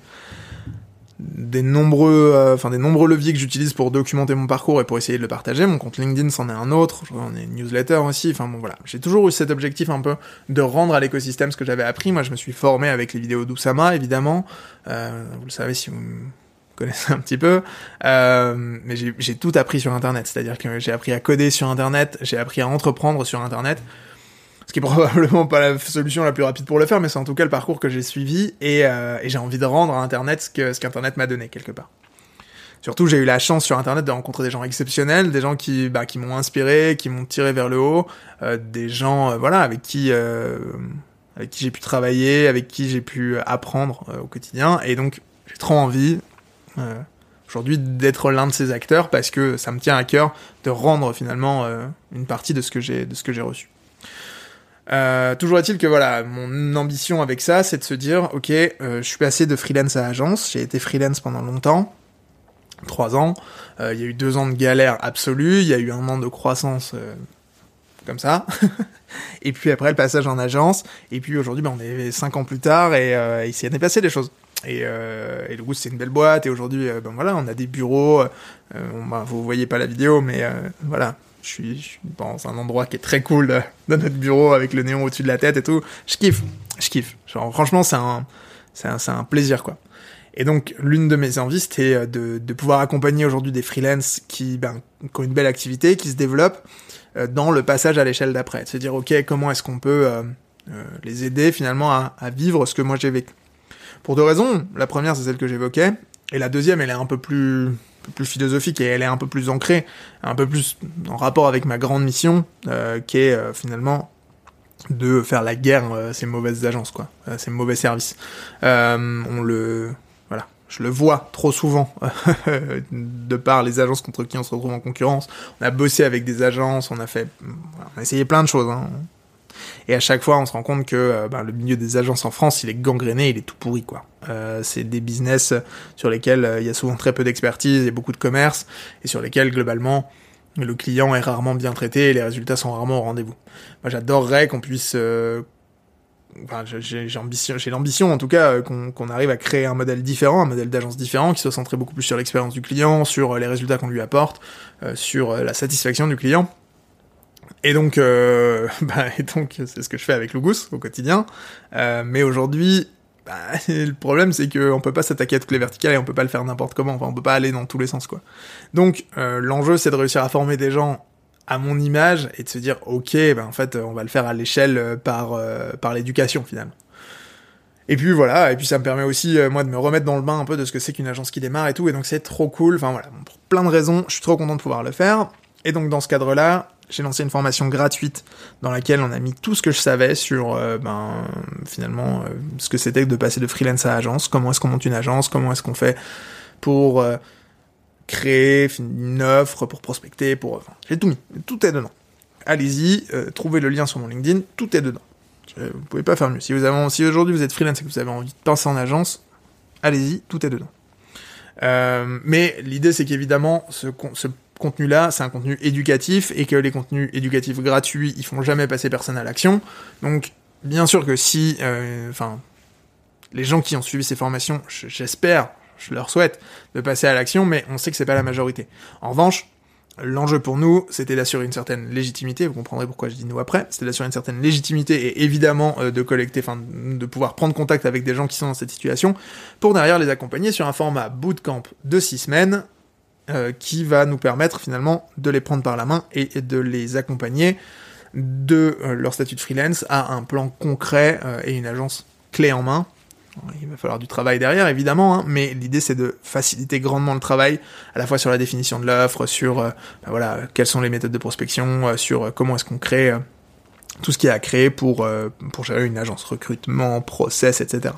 nombreux leviers que j'utilise pour documenter mon parcours et pour essayer de le partager. Mon compte LinkedIn c'en est un autre, j'en ai une newsletter aussi, enfin bon voilà. J'ai toujours eu cet objectif un peu de rendre à l'écosystème ce que j'avais appris. Moi je me suis formé avec les vidéos d'Oussama évidemment, vous le savez si vous me connaissez un petit peu, mais j'ai tout appris sur internet, c'est-à-dire que j'ai appris à coder sur internet, j'ai appris à entreprendre sur internet. Ce qui est probablement pas la solution la plus rapide pour le faire, mais c'est en tout cas le parcours que j'ai suivi, et j'ai envie de rendre à Internet ce qu'Internet m'a donné, quelque part. Surtout, j'ai eu la chance sur Internet de rencontrer des gens exceptionnels, des gens qui m'ont inspiré, qui m'ont tiré vers le haut, des gens avec qui j'ai pu travailler, avec qui j'ai pu apprendre au quotidien, et donc j'ai trop envie aujourd'hui d'être l'un de ces acteurs, parce que ça me tient à cœur de rendre finalement une partie de ce que j'ai reçu. Toujours est-il que voilà, mon ambition avec ça, c'est de se dire, ok, je suis passé de freelance à agence, j'ai été freelance pendant longtemps, 3 ans, il y a eu 2 ans de galère absolue, il y a eu 1 an de croissance comme ça, et puis après le passage en agence, et puis aujourd'hui on est 5 ans plus tard, et il s'y est passé des choses. Et le goût c'est une belle boîte, et aujourd'hui on a des bureaux, vous voyez pas la vidéo, mais voilà. Je suis dans un endroit qui est très cool dans notre bureau avec le néon au-dessus de la tête et tout. Je kiffe. Genre, franchement, c'est un plaisir, quoi. Et donc, l'une de mes envies, c'était de pouvoir accompagner aujourd'hui des freelances qui ont une belle activité, qui se développent dans le passage à l'échelle d'après. De se dire, ok, comment est-ce qu'on peut les aider finalement à vivre ce que moi j'ai vécu. Pour 2 raisons. La première, c'est celle que j'évoquais. Et la deuxième, elle est un peu plus philosophique, et elle est un peu plus ancrée, un peu plus en rapport avec ma grande mission, qui est finalement de faire la guerre ces mauvaises agences, quoi, ces mauvais services. Voilà, je le vois trop souvent de par les agences contre qui on se retrouve en concurrence. On a bossé avec des agences, on a essayé plein de choses, hein. Et à chaque fois, on se rend compte que le milieu des agences en France, il est gangréné, il est tout pourri, quoi. C'est des business sur lesquels il y a souvent très peu d'expertise et beaucoup de commerce, et sur lesquels, globalement, le client est rarement bien traité et les résultats sont rarement au rendez-vous. Moi, j'adorerais qu'on puisse... j'ai l'ambition, en tout cas, qu'on arrive à créer un modèle différent, un modèle d'agence différent, qui soit centré beaucoup plus sur l'expérience du client, sur les résultats qu'on lui apporte, sur la satisfaction du client. Et donc, c'est ce que je fais avec Lugus au quotidien. Mais aujourd'hui, le problème, c'est qu'on peut pas s'attaquer à toutes les verticales et on peut pas le faire n'importe comment. Enfin, on peut pas aller dans tous les sens, quoi. Donc, l'enjeu, c'est de réussir à former des gens à mon image et de se dire, ok, en fait, on va le faire à l'échelle par l'éducation, finalement. Et puis voilà, et puis ça me permet aussi, moi, de me remettre dans le bain un peu de ce que c'est qu'une agence qui démarre et tout, et donc c'est trop cool. Enfin voilà, pour plein de raisons, je suis trop content de pouvoir le faire. Et donc, dans ce cadre-là, j'ai lancé une formation gratuite dans laquelle on a mis tout ce que je savais sur, finalement, ce que c'était de passer de freelance à agence, comment est-ce qu'on monte une agence, comment est-ce qu'on fait pour créer une offre, pour prospecter, j'ai tout mis, tout est dedans. Allez-y, trouvez le lien sur mon LinkedIn, tout est dedans. Vous pouvez pas faire mieux. Si aujourd'hui vous êtes freelance et que vous avez envie de passer en agence, allez-y, tout est dedans. Mais l'idée, c'est qu'évidemment, ce contenu-là, c'est un contenu éducatif, et que les contenus éducatifs gratuits, ils font jamais passer personne à l'action. Donc, bien sûr que si, les gens qui ont suivi ces formations, j'espère, je leur souhaite de passer à l'action, mais on sait que c'est pas la majorité. En revanche, l'enjeu pour nous, c'était d'assurer une certaine légitimité, vous comprendrez pourquoi je dis nous après, c'était d'assurer une certaine légitimité et évidemment de pouvoir prendre contact avec des gens qui sont dans cette situation, pour derrière les accompagner sur un format bootcamp de 6 semaines, qui va nous permettre finalement de les prendre par la main et de les accompagner de leur statut de freelance à un plan concret et une agence clé en main. Il va falloir du travail derrière, évidemment, hein, mais l'idée, c'est de faciliter grandement le travail, à la fois sur la définition de l'offre, sur quelles sont les méthodes de prospection, sur comment est-ce qu'on crée tout ce qu'il y a à créer pour gérer une agence, recrutement, process, etc.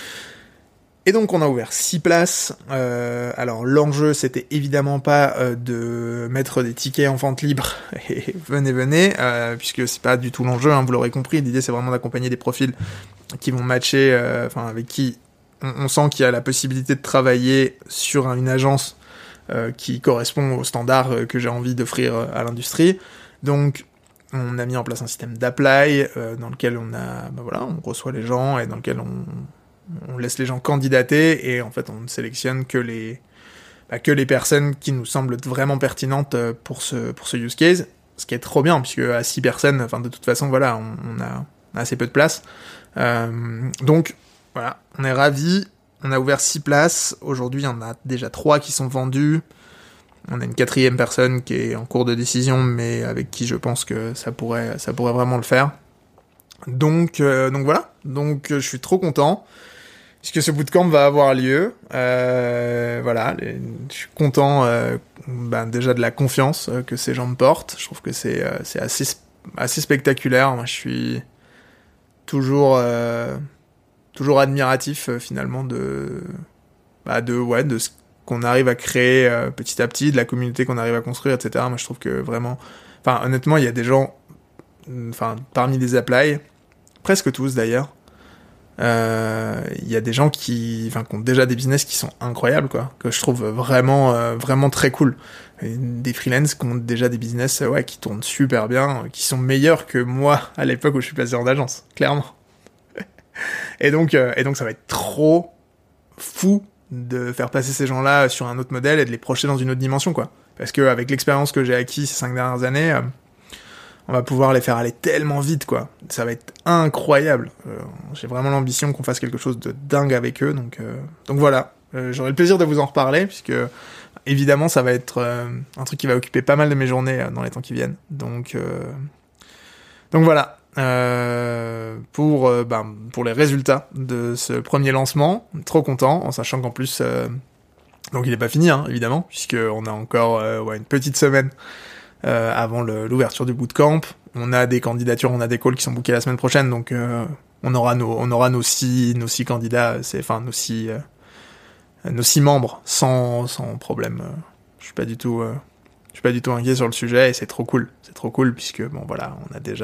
Et donc, on a ouvert 6 places. Alors, l'enjeu, c'était évidemment pas de mettre des tickets en vente libre et venez, puisque c'est pas du tout l'enjeu, hein, vous l'aurez compris. L'idée, c'est vraiment d'accompagner des profils qui vont matcher, avec qui on sent qu'il y a la possibilité de travailler sur une agence qui correspond aux standards que j'ai envie d'offrir à l'industrie. Donc, on a mis en place un système d'apply dans lequel on reçoit les gens et dans lequel on laisse les gens candidater, et en fait on ne sélectionne que les personnes qui nous semblent vraiment pertinentes pour ce use case, ce qui est trop bien, puisque à 6 personnes, de toute façon, on a assez peu de place. Donc voilà, on est ravis, on a ouvert 6 places, aujourd'hui il y en a déjà 3 qui sont vendues, on a une 4e personne qui est en cours de décision, mais avec qui je pense que ça pourrait vraiment le faire. Donc voilà, je suis trop content, puisque ce bootcamp va avoir lieu. Je suis content déjà de la confiance que ces gens me portent. Je trouve que c'est assez spectaculaire. Moi, je suis toujours admiratif finalement de ce qu'on arrive à créer petit à petit, de la communauté qu'on arrive à construire, etc. Moi, je trouve que vraiment, honnêtement, il y a des gens, parmi les apply, presque tous d'ailleurs, il y a des gens qui ont déjà des business qui sont incroyables, quoi, que je trouve vraiment très cool. Des freelances qui ont déjà des business qui tournent super bien, qui sont meilleurs que moi à l'époque où je suis passé en agence, clairement. et donc ça va être trop fou de faire passer ces gens-là sur un autre modèle et de les projeter dans une autre dimension, quoi. Parce que avec l'expérience que j'ai acquise ces 5 dernières années, on va pouvoir les faire aller tellement vite, quoi. Ça va être incroyable. J'ai vraiment l'ambition qu'on fasse quelque chose de dingue avec eux, donc voilà. J'aurai le plaisir de vous en reparler, puisque évidemment ça va être un truc qui va occuper pas mal de mes journées dans les temps qui viennent. Donc voilà. Pour les résultats de ce premier lancement, trop content, en sachant qu'en plus, donc il est pas fini, hein, évidemment, puisque on a encore une petite semaine avant l'ouverture du bootcamp. on a des candidatures, on a des calls qui sont bookés la semaine prochaine, donc on aura nos six candidats, nos six membres sans problème. Je suis pas du tout inquiet sur le sujet et c'est trop cool puisque bon voilà,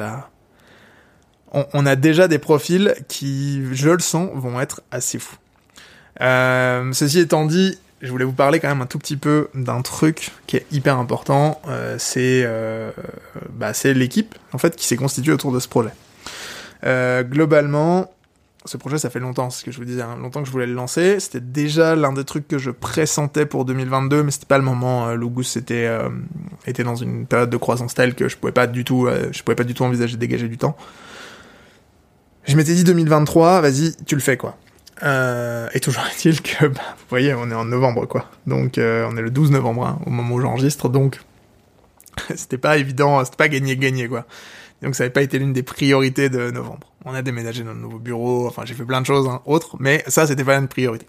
on a déjà des profils qui, je le sens, vont être assez fous. Ceci étant dit, je voulais vous parler quand même un tout petit peu d'un truc qui est hyper important, c'est l'équipe en fait qui s'est constituée autour de ce projet. Globalement, ce projet, ça fait longtemps, c'est ce que je vous disais, longtemps que je voulais le lancer. C'était déjà l'un des trucs que je pressentais pour 2022, mais c'était pas le moment. Logus était dans une période de croissance telle que je pouvais pas du tout envisager de dégager du temps. Je m'étais dit 2023, vas-y, tu le fais quoi. Et toujours est-il que, vous voyez, on est en novembre quoi. Donc on est le 12 novembre au moment où j'enregistre, donc c'était pas évident, c'était pas gagné quoi. Donc ça n'avait pas été l'une des priorités de novembre. On a déménagé dans le nouveau bureau, enfin j'ai fait plein de choses autres, mais ça c'était pas une priorité.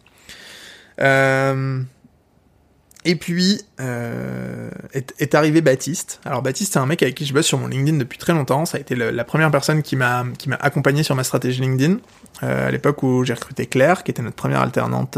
Et puis est arrivé Baptiste. Alors Baptiste c'est un mec avec qui je bosse sur mon LinkedIn depuis très longtemps. Ça a été la première personne qui m'a accompagné sur ma stratégie LinkedIn. À l'époque où j'ai recruté Claire, qui était notre première alternante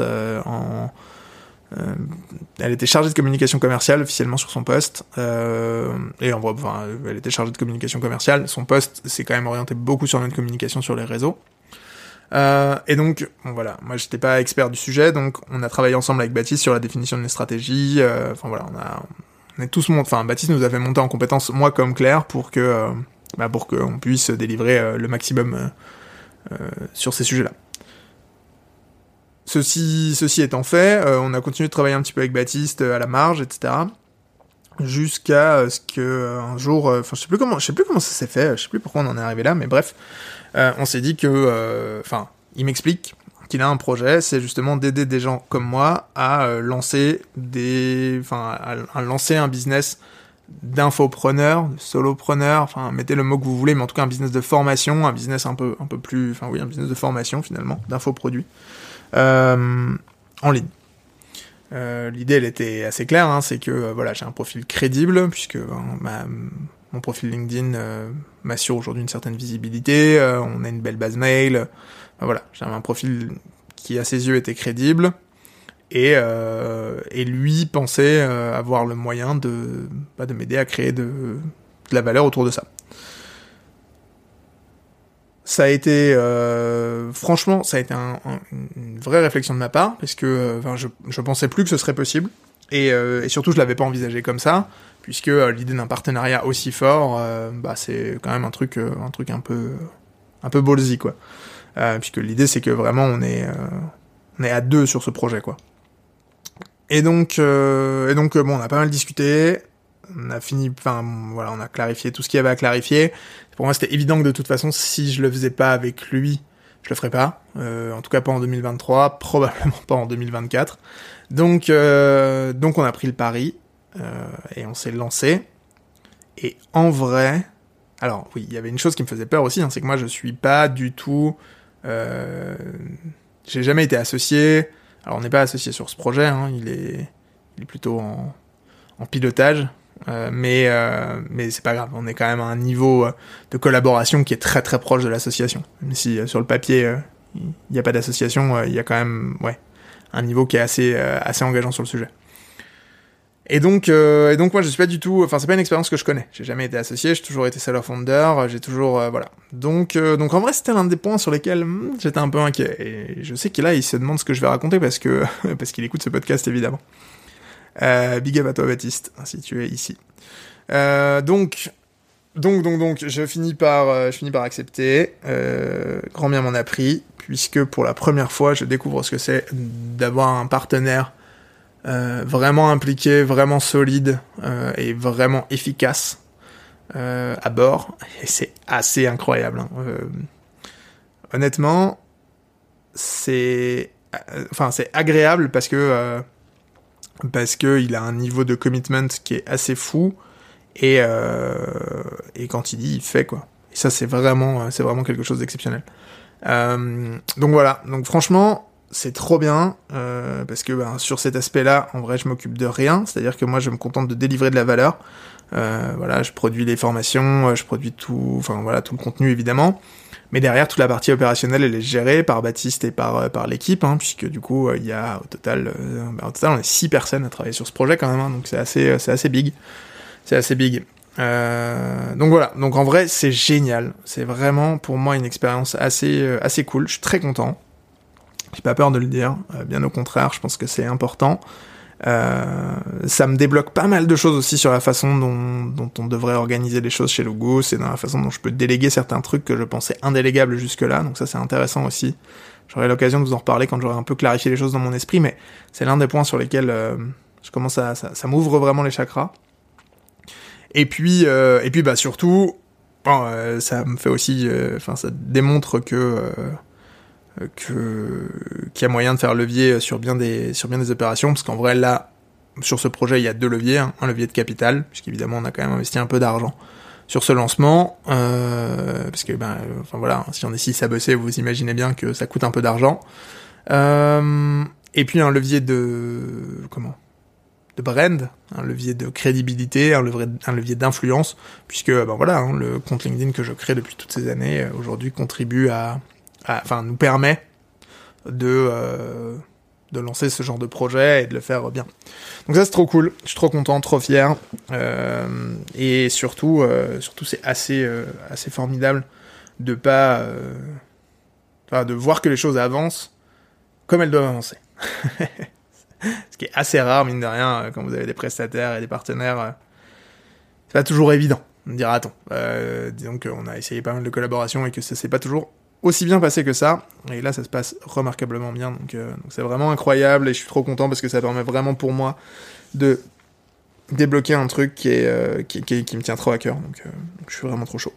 elle était chargée de communication commerciale officiellement sur son poste, et en vrai, elle était chargée de communication commerciale. Son poste s'est quand même orienté beaucoup sur notre communication sur les réseaux. Et donc, bon, voilà, moi j'étais pas expert du sujet, donc on a travaillé ensemble avec Baptiste sur la définition d'une stratégie. On est tous Baptiste nous a fait monter en compétence, moi comme Claire, pour qu'on puisse délivrer le maximum sur ces sujets-là. Ceci étant fait, on a continué de travailler un petit peu avec Baptiste à la marge, etc. Jusqu'à ce que un jour, je sais plus comment ça s'est fait, je sais plus pourquoi on en est arrivé là, mais bref, on s'est dit que, il m'explique qu'il a un projet, c'est justement d'aider des gens comme moi à lancer un business d'infopreneur, de solopreneur, mettez le mot que vous voulez, mais en tout cas un business de formation, un business un business de formation finalement, d'infoproduits. En ligne. L'idée elle était assez claire, c'est que j'ai un profil crédible puisque mon profil LinkedIn m'assure aujourd'hui une certaine visibilité, on a une belle base mail, j'avais un profil qui à ses yeux était crédible et lui pensait avoir le moyen de m'aider à créer de la valeur autour de ça. Ça a été franchement, ça a été une vraie réflexion de ma part parce que je pensais plus que ce serait possible et surtout je l'avais pas envisagé comme ça puisque l'idée d'un partenariat aussi fort, c'est quand même un truc un peu ballsy quoi. Puisque l'idée c'est que vraiment on est à deux sur ce projet quoi. Et donc on a pas mal discuté. On a fini, on a clarifié tout ce qu'il y avait à clarifier. Pour moi, c'était évident que de toute façon, si je le faisais pas avec lui, je le ferais pas. En tout cas, pas en 2023, probablement pas en 2024. Donc on a pris le pari et on s'est lancé. Et en vrai, alors oui, il y avait une chose qui me faisait peur aussi, c'est que moi, je suis pas du tout. J'ai jamais été associé. Alors, on n'est pas associé sur ce projet. Il est plutôt en pilotage. Mais c'est pas grave, on est quand même à un niveau de collaboration qui est très très proche de l'association. Même si sur le papier il n'y a pas d'association, il y a quand même un niveau qui est assez engageant sur le sujet. Et donc moi je suis pas du tout, c'est pas une expérience que je connais. J'ai jamais été associé, j'ai toujours été seller founder, j'ai toujours Donc en vrai c'était l'un des points sur lesquels j'étais un peu inquiet. Et je sais qu'il il se demande ce que je vais raconter parce qu'il écoute ce podcast évidemment. Big up à toi Baptiste, si tu es ici. Donc, je finis par accepter. Grand bien m'en a pris, puisque pour la première fois, je découvre ce que c'est d'avoir un partenaire vraiment impliqué, vraiment solide et vraiment efficace à bord. Et c'est assez incroyable. Honnêtement, c'est agréable parce que il a un niveau de commitment qui est assez fou et quand il dit il fait quoi. Et ça c'est vraiment quelque chose d'exceptionnel. Donc voilà, donc franchement c'est trop bien, parce que sur cet aspect-là, en vrai, je m'occupe de rien, c'est-à-dire que moi, je me contente de délivrer de la valeur. Voilà, je produis les formations, je produis tout, enfin voilà, tout le contenu évidemment. Mais derrière, toute la partie opérationnelle, elle est gérée par Baptiste et par l'équipe, puisque du coup, il y a au total, on est 6 personnes à travailler sur ce projet quand même, donc c'est assez big. C'est assez big. Donc voilà, donc en vrai, c'est génial. C'est vraiment pour moi une expérience assez cool. Je suis très content. J'ai pas peur de le dire, bien au contraire, je pense que c'est important. Ça me débloque pas mal de choses aussi sur la façon dont on devrait organiser les choses chez Logus, et dans la façon dont je peux déléguer certains trucs que je pensais indélégables jusque-là, donc ça c'est intéressant aussi. J'aurai l'occasion de vous en reparler quand j'aurai un peu clarifié les choses dans mon esprit, mais c'est l'un des points sur lesquels je commence ça m'ouvre vraiment les chakras. Et puis surtout, ça me fait aussi, ça démontre qu'il y a moyen de faire levier sur bien des opérations, parce qu'en vrai là, sur ce projet, il y a 2 leviers, un levier de capital, puisqu'évidemment on a quand même investi un peu d'argent sur ce lancement, parce que voilà, si on est 6 à bosser, vous imaginez bien que ça coûte un peu d'argent, et puis un levier de brand, un levier de crédibilité, un levier d'influence, puisque le compte LinkedIn que je crée depuis toutes ces années, aujourd'hui contribue nous permet de lancer ce genre de projet et de le faire bien. Donc ça c'est trop cool, je suis trop content, trop fier, et surtout c'est assez formidable de de voir que les choses avancent comme elles doivent avancer. Ce qui est assez rare, mine de rien, quand vous avez des prestataires et des partenaires, c'est pas toujours évident, dira-t-on. Disons qu'on a essayé pas mal de collaborations et que ça s'est pas toujours aussi bien passé que ça, et là ça se passe remarquablement bien, donc c'est vraiment incroyable, et je suis trop content parce que ça permet vraiment pour moi de débloquer un truc qui me tient trop à cœur, donc je suis vraiment trop chaud.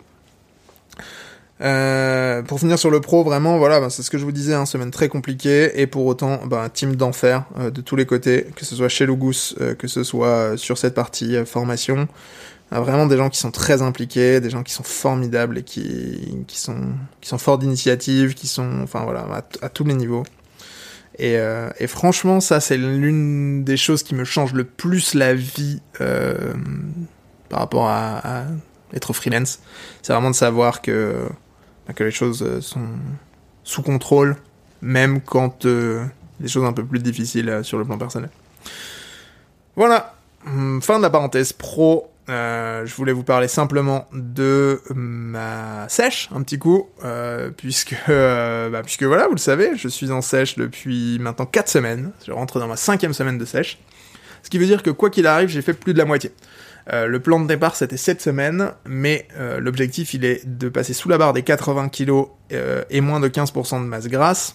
Pour finir sur le pro, vraiment, c'est ce que je vous disais, semaine très compliquée, et pour autant, team d'enfer de tous les côtés, que ce soit chez Logus, que ce soit sur cette partie formation, vraiment des gens qui sont très impliqués, des gens qui sont formidables et qui sont forts d'initiative, qui sont, à tous les niveaux. Et franchement, ça, c'est l'une des choses qui me change le plus la vie par rapport à être freelance. C'est vraiment de savoir que les choses sont sous contrôle, même quand des choses un peu plus difficiles sur le plan personnel. Voilà, fin de la parenthèse pro. Je voulais vous parler simplement de ma sèche, un petit coup, puisque voilà, vous le savez, je suis en sèche depuis maintenant 4 semaines. Je rentre dans ma 5e semaine de sèche. Ce qui veut dire que quoi qu'il arrive, j'ai fait plus de la moitié. Le plan de départ, c'était 7 semaines, mais l'objectif, il est de passer sous la barre des 80 kilos et moins de 15% de masse grasse.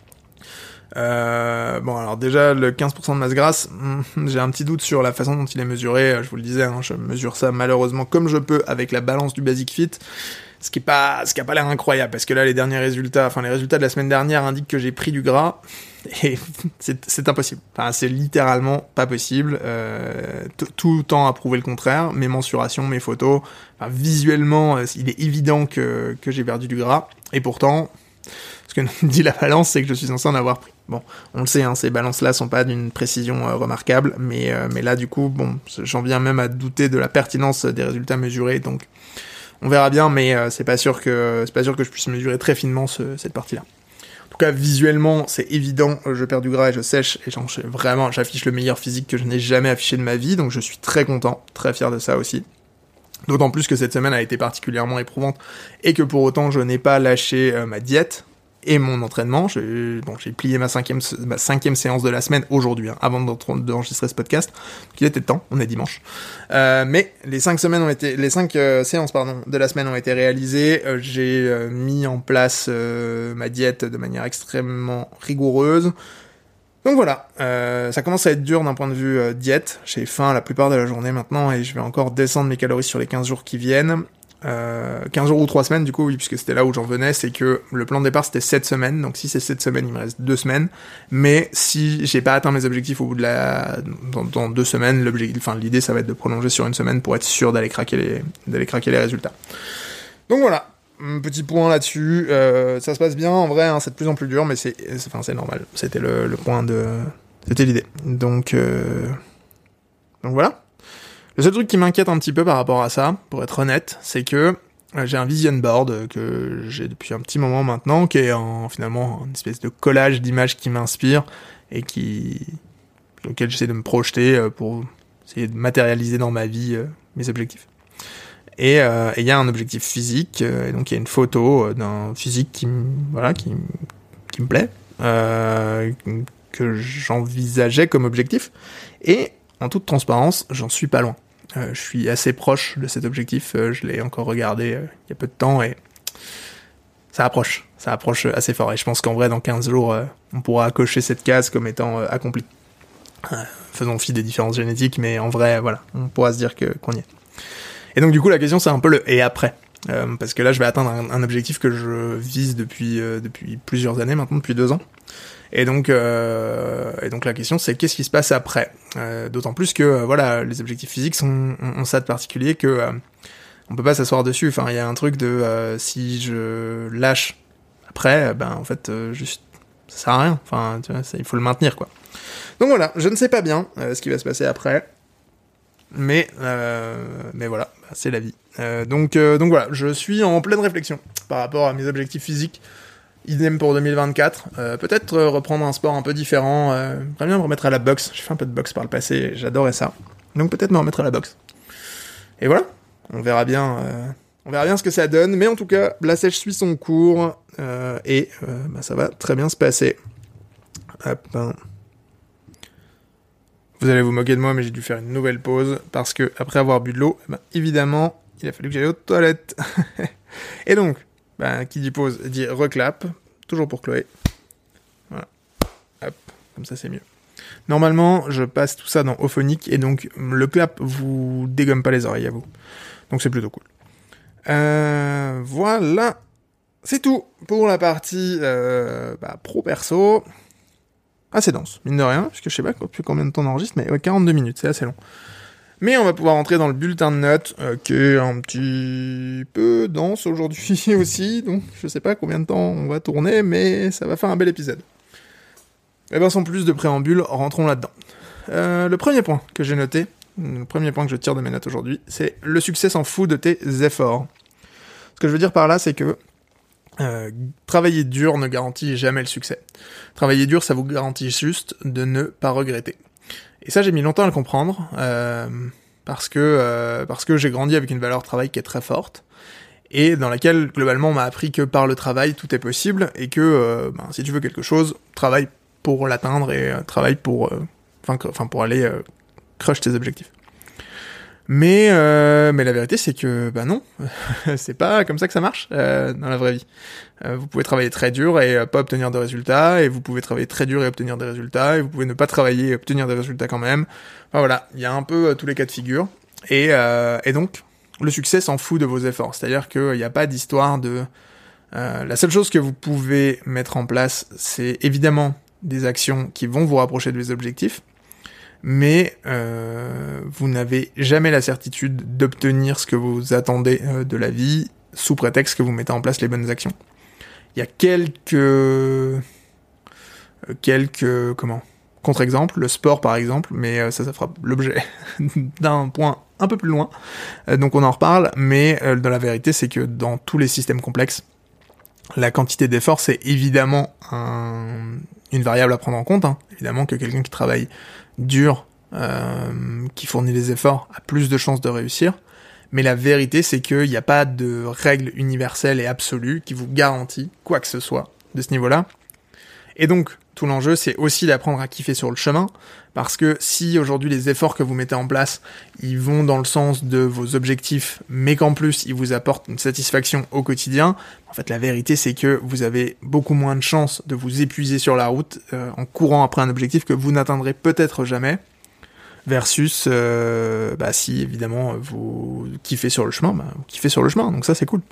Alors déjà, le 15% de masse grasse, j'ai un petit doute sur la façon dont il est mesuré. Je vous le disais, je mesure ça malheureusement comme je peux avec la balance du Basic Fit, ce qui a pas l'air incroyable, parce que là, les résultats de la semaine dernière indiquent que j'ai pris du gras, et c'est impossible. C'est littéralement pas possible. Tout tend à prouver le contraire. Mes mensurations, mes photos, visuellement, il est évident que j'ai perdu du gras, et pourtant, ce que nous dit la balance, c'est que je suis censé en avoir pris. Bon, on le sait, ces balances-là sont pas d'une précision remarquable, mais là, du coup, j'en viens même à douter de la pertinence des résultats mesurés, donc on verra bien, mais c'est pas sûr que je puisse mesurer très finement cette partie-là. En tout cas, visuellement, c'est évident, je perds du gras et je sèche, et j'affiche le meilleur physique que je n'ai jamais affiché de ma vie, donc je suis très content, très fier de ça aussi. D'autant plus que cette semaine a été particulièrement éprouvante, et que pour autant, je n'ai pas lâché ma diète et mon entraînement. J'ai plié ma cinquième séance de la semaine aujourd'hui, avant d'enregistrer ce podcast. Donc il était temps, on est dimanche. Mais les 5 séances de la semaine ont été réalisées. J'ai mis en place ma diète de manière extrêmement rigoureuse. Donc voilà, ça commence à être dur d'un point de vue diète. J'ai faim la plupart de la journée maintenant, et je vais encore descendre mes calories sur les 15 jours qui viennent. 15 jours ou 3 semaines, du coup, oui, puisque c'était là où j'en venais, c'est que le plan de départ, c'était 7 semaines, donc si c'est 7 semaines, il me reste 2 semaines, mais si j'ai pas atteint mes objectifs au bout dans 2 semaines, l'idée, ça va être de prolonger sur 1 semaine pour être sûr d'aller craquer les résultats. Donc voilà, petit point là-dessus. Ça se passe bien, en vrai, hein, c'est de plus en plus dur, mais c'est normal. C'était le point de... C'était l'idée. Donc voilà. Le seul truc qui m'inquiète un petit peu par rapport à ça, pour être honnête, c'est que j'ai un vision board que j'ai depuis un petit moment maintenant, qui est finalement une espèce de collage d'images qui m'inspire et auquel j'essaie de me projeter pour essayer de matérialiser dans ma vie mes objectifs. Et il y a un objectif physique, et donc il y a une photo d'un physique qui me plaît, que j'envisageais comme objectif, et en toute transparence, j'en suis pas loin. Je suis assez proche de cet objectif, je l'ai encore regardé il y a peu de temps, et ça approche assez fort, et je pense qu'en vrai, dans 15 jours, on pourra cocher cette case comme étant accomplie. Faisons fi des différences génétiques, mais en vrai, voilà, on pourra se dire qu'on y est. Et donc du coup, la question, c'est un peu le « et après ». Parce que là, je vais atteindre un objectif que je vise depuis plusieurs années maintenant, depuis 2 ans. Et donc la question, c'est qu'est-ce qui se passe après ? D'autant plus que voilà, les objectifs physiques ont ça de particulier que on peut pas s'asseoir dessus. Enfin, il y a un truc de si je lâche après, en fait, juste ça sert à rien. Enfin, tu vois, il faut le maintenir, quoi. Donc voilà, je ne sais pas bien ce qui va se passer après. Mais voilà, c'est la vie. Donc voilà, je suis en pleine réflexion par rapport à mes objectifs physiques. Idem pour 2024. Peut-être reprendre un sport un peu différent. J'aimerais bien me remettre à la boxe. J'ai fait un peu de boxe par le passé, j'adorais ça. Donc peut-être me remettre à la boxe. Et voilà, on verra bien ce que ça donne. Mais en tout cas, la sèche suit son cours et ça va très bien se passer. Hop. Vous allez vous moquer de moi, mais j'ai dû faire une nouvelle pause parce que après avoir bu de l'eau, évidemment, il a fallu que j'aille aux toilettes. Et donc, qui dit pause dit reclap, toujours pour Chloé. Voilà. Hop, comme ça c'est mieux. Normalement, je passe tout ça dans Ophonic et donc le clap vous dégomme pas les oreilles à vous. Donc c'est plutôt cool. Voilà. C'est tout pour la partie pro-perso. Assez dense, mine de rien, parce que je sais pas depuis combien de temps on enregistre, mais 42 minutes, c'est assez long. Mais on va pouvoir entrer dans le bulletin de notes, qui est un petit peu dense aujourd'hui aussi, donc je sais pas combien de temps on va tourner, mais ça va faire un bel épisode. Et sans plus de préambule, rentrons là-dedans. Le premier point que j'ai noté, le premier point que je tire de mes notes aujourd'hui, c'est « Le succès s'en fout de tes efforts ». Ce que je veux dire par là, c'est que travailler dur ne garantit jamais le succès. Travailler dur, ça vous garantit juste de ne pas regretter. Et ça, j'ai mis longtemps à le comprendre, parce que j'ai grandi avec une valeur travail qui est très forte, et dans laquelle, globalement, on m'a appris que par le travail, tout est possible, et que, si tu veux quelque chose, travaille pour l'atteindre, et travaille pour aller crush tes objectifs. Mais la vérité, c'est que, non, c'est pas comme ça que ça marche, dans la vraie vie. Vous pouvez travailler très dur et pas obtenir de résultats, et vous pouvez travailler très dur et obtenir des résultats, et vous pouvez ne pas travailler et obtenir des résultats quand même. Enfin voilà, il y a un peu tous les cas de figure. Et donc, le succès s'en fout de vos efforts. C'est-à-dire qu'il n'y a pas d'histoire de... la seule chose que vous pouvez mettre en place, c'est évidemment des actions qui vont vous rapprocher de vos objectifs, mais vous n'avez jamais la certitude d'obtenir ce que vous attendez de la vie, sous prétexte que vous mettez en place les bonnes actions. Il y a quelques contre-exemples, le sport par exemple, mais ça fera l'objet d'un point un peu plus loin, donc on en reparle, mais dans la vérité, c'est que dans tous les systèmes complexes, la quantité d'efforts, c'est évidemment une variable à prendre en compte, hein. Évidemment que quelqu'un qui travaille dur, qui fournit des efforts, a plus de chances de réussir, mais la vérité, c'est qu'il n'y a pas de règle universelle et absolue qui vous garantit quoi que ce soit de ce niveau-là. Et donc, tout l'enjeu, c'est aussi d'apprendre à kiffer sur le chemin, parce que si aujourd'hui les efforts que vous mettez en place, ils vont dans le sens de vos objectifs, mais qu'en plus ils vous apportent une satisfaction au quotidien, en fait la vérité c'est que vous avez beaucoup moins de chances de vous épuiser sur la route en courant après un objectif que vous n'atteindrez peut-être jamais, versus si évidemment vous kiffez sur le chemin, vous kiffez sur le chemin, donc ça c'est cool.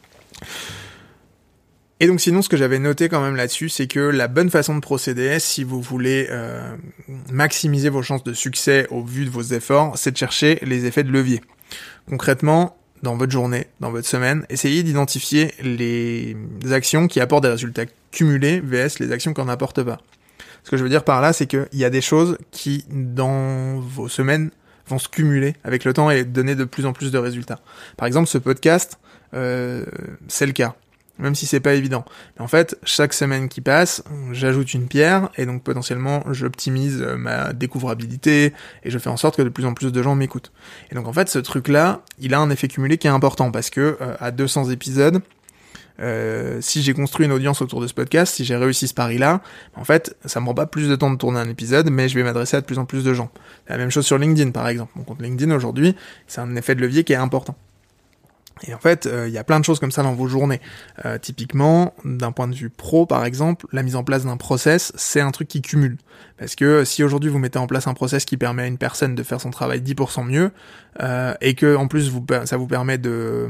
Et donc sinon, ce que j'avais noté quand même là-dessus, c'est que la bonne façon de procéder, si vous voulez maximiser vos chances de succès au vu de vos efforts, c'est de chercher les effets de levier. Concrètement, dans votre journée, dans votre semaine, essayez d'identifier les actions qui apportent des résultats cumulés vs les actions qui n'en apportent pas. Ce que je veux dire par là, c'est qu'il y a des choses qui, dans vos semaines, vont se cumuler avec le temps et donner de plus en plus de résultats. Par exemple, ce podcast, c'est le cas. Même si c'est pas évident. Mais en fait, chaque semaine qui passe, j'ajoute une pierre, et donc potentiellement, j'optimise ma découvrabilité, et je fais en sorte que de plus en plus de gens m'écoutent. Et donc en fait, ce truc-là, il a un effet cumulé qui est important, parce que à 200 épisodes, si j'ai construit une audience autour de ce podcast, si j'ai réussi ce pari-là, en fait, ça me prend pas plus de temps de tourner un épisode, mais je vais m'adresser à de plus en plus de gens. C'est la même chose sur LinkedIn, par exemple. Mon compte LinkedIn, aujourd'hui, c'est un effet de levier qui est important. Et en fait, il y a plein de choses comme ça dans vos journées. Typiquement, d'un point de vue pro, par exemple, la mise en place d'un process, c'est un truc qui cumule. Parce que si aujourd'hui vous mettez en place un process qui permet à une personne de faire son travail 10% mieux, et que en plus ça vous permet de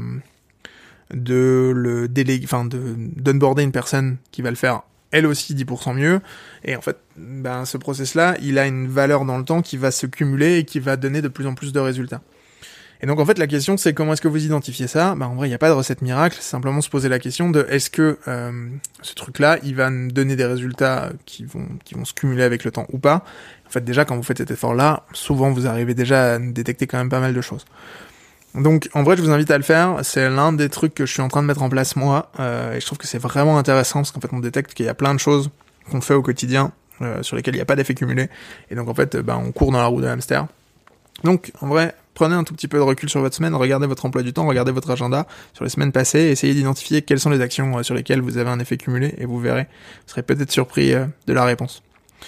le déléguer, d'onboarder une personne qui va le faire elle aussi 10% mieux, et en fait, ce process-là, il a une valeur dans le temps qui va se cumuler et qui va donner de plus en plus de résultats. Et donc en fait la question c'est comment est-ce que vous identifiez ça ? En vrai il n'y a pas de recette miracle, c'est simplement se poser la question de est-ce que ce truc-là il va me donner des résultats qui vont se cumuler avec le temps ou pas. En fait déjà quand vous faites cet effort-là, souvent vous arrivez déjà à détecter quand même pas mal de choses. Donc en vrai je vous invite à le faire, c'est l'un des trucs que je suis en train de mettre en place moi, et je trouve que c'est vraiment intéressant parce qu'en fait on détecte qu'il y a plein de choses qu'on fait au quotidien sur lesquelles il n'y a pas d'effet cumulé, et donc en fait on court dans la roue de hamster. Donc, en vrai, prenez un tout petit peu de recul sur votre semaine, regardez votre emploi du temps, regardez votre agenda sur les semaines passées, essayez d'identifier quelles sont les actions sur lesquelles vous avez un effet cumulé, et vous verrez, vous serez peut-être surpris de la réponse.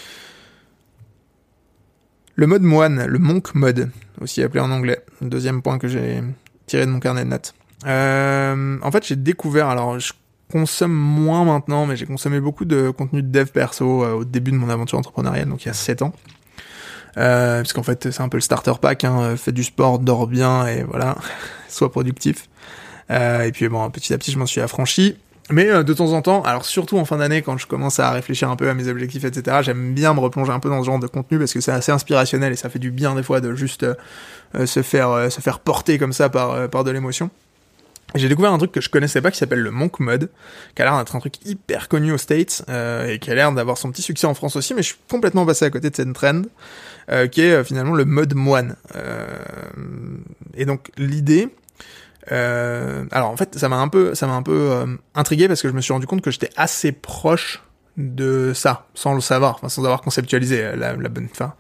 Le mode moine, le monk mode, aussi appelé en anglais, le deuxième point que j'ai tiré de mon carnet de notes. En fait, j'ai découvert, alors je consomme moins maintenant, mais j'ai consommé beaucoup de contenu de dev perso au début de mon aventure entrepreneuriale, donc il y a 7 ans. Parce qu'en fait c'est un peu le starter pack, fais du sport, dors bien et voilà, sois productif. Et puis petit à petit je m'en suis affranchi. Mais de temps en temps, alors surtout en fin d'année quand je commence à réfléchir un peu à mes objectifs, etc., j'aime bien me replonger un peu dans ce genre de contenu parce que c'est assez inspirationnel et ça fait du bien des fois de juste se faire porter comme ça par de l'émotion. Et j'ai découvert un truc que je connaissais pas qui s'appelle le Monk Mode, qui a l'air d'être un truc hyper connu aux States et qui a l'air d'avoir son petit succès en France aussi, mais je suis complètement passé à côté de cette trend qui est finalement le mode moine. Et donc l'idée, alors en fait ça m'a un peu intrigué parce que je me suis rendu compte que j'étais assez proche de ça sans le savoir, sans avoir conceptualisé la bonne fin.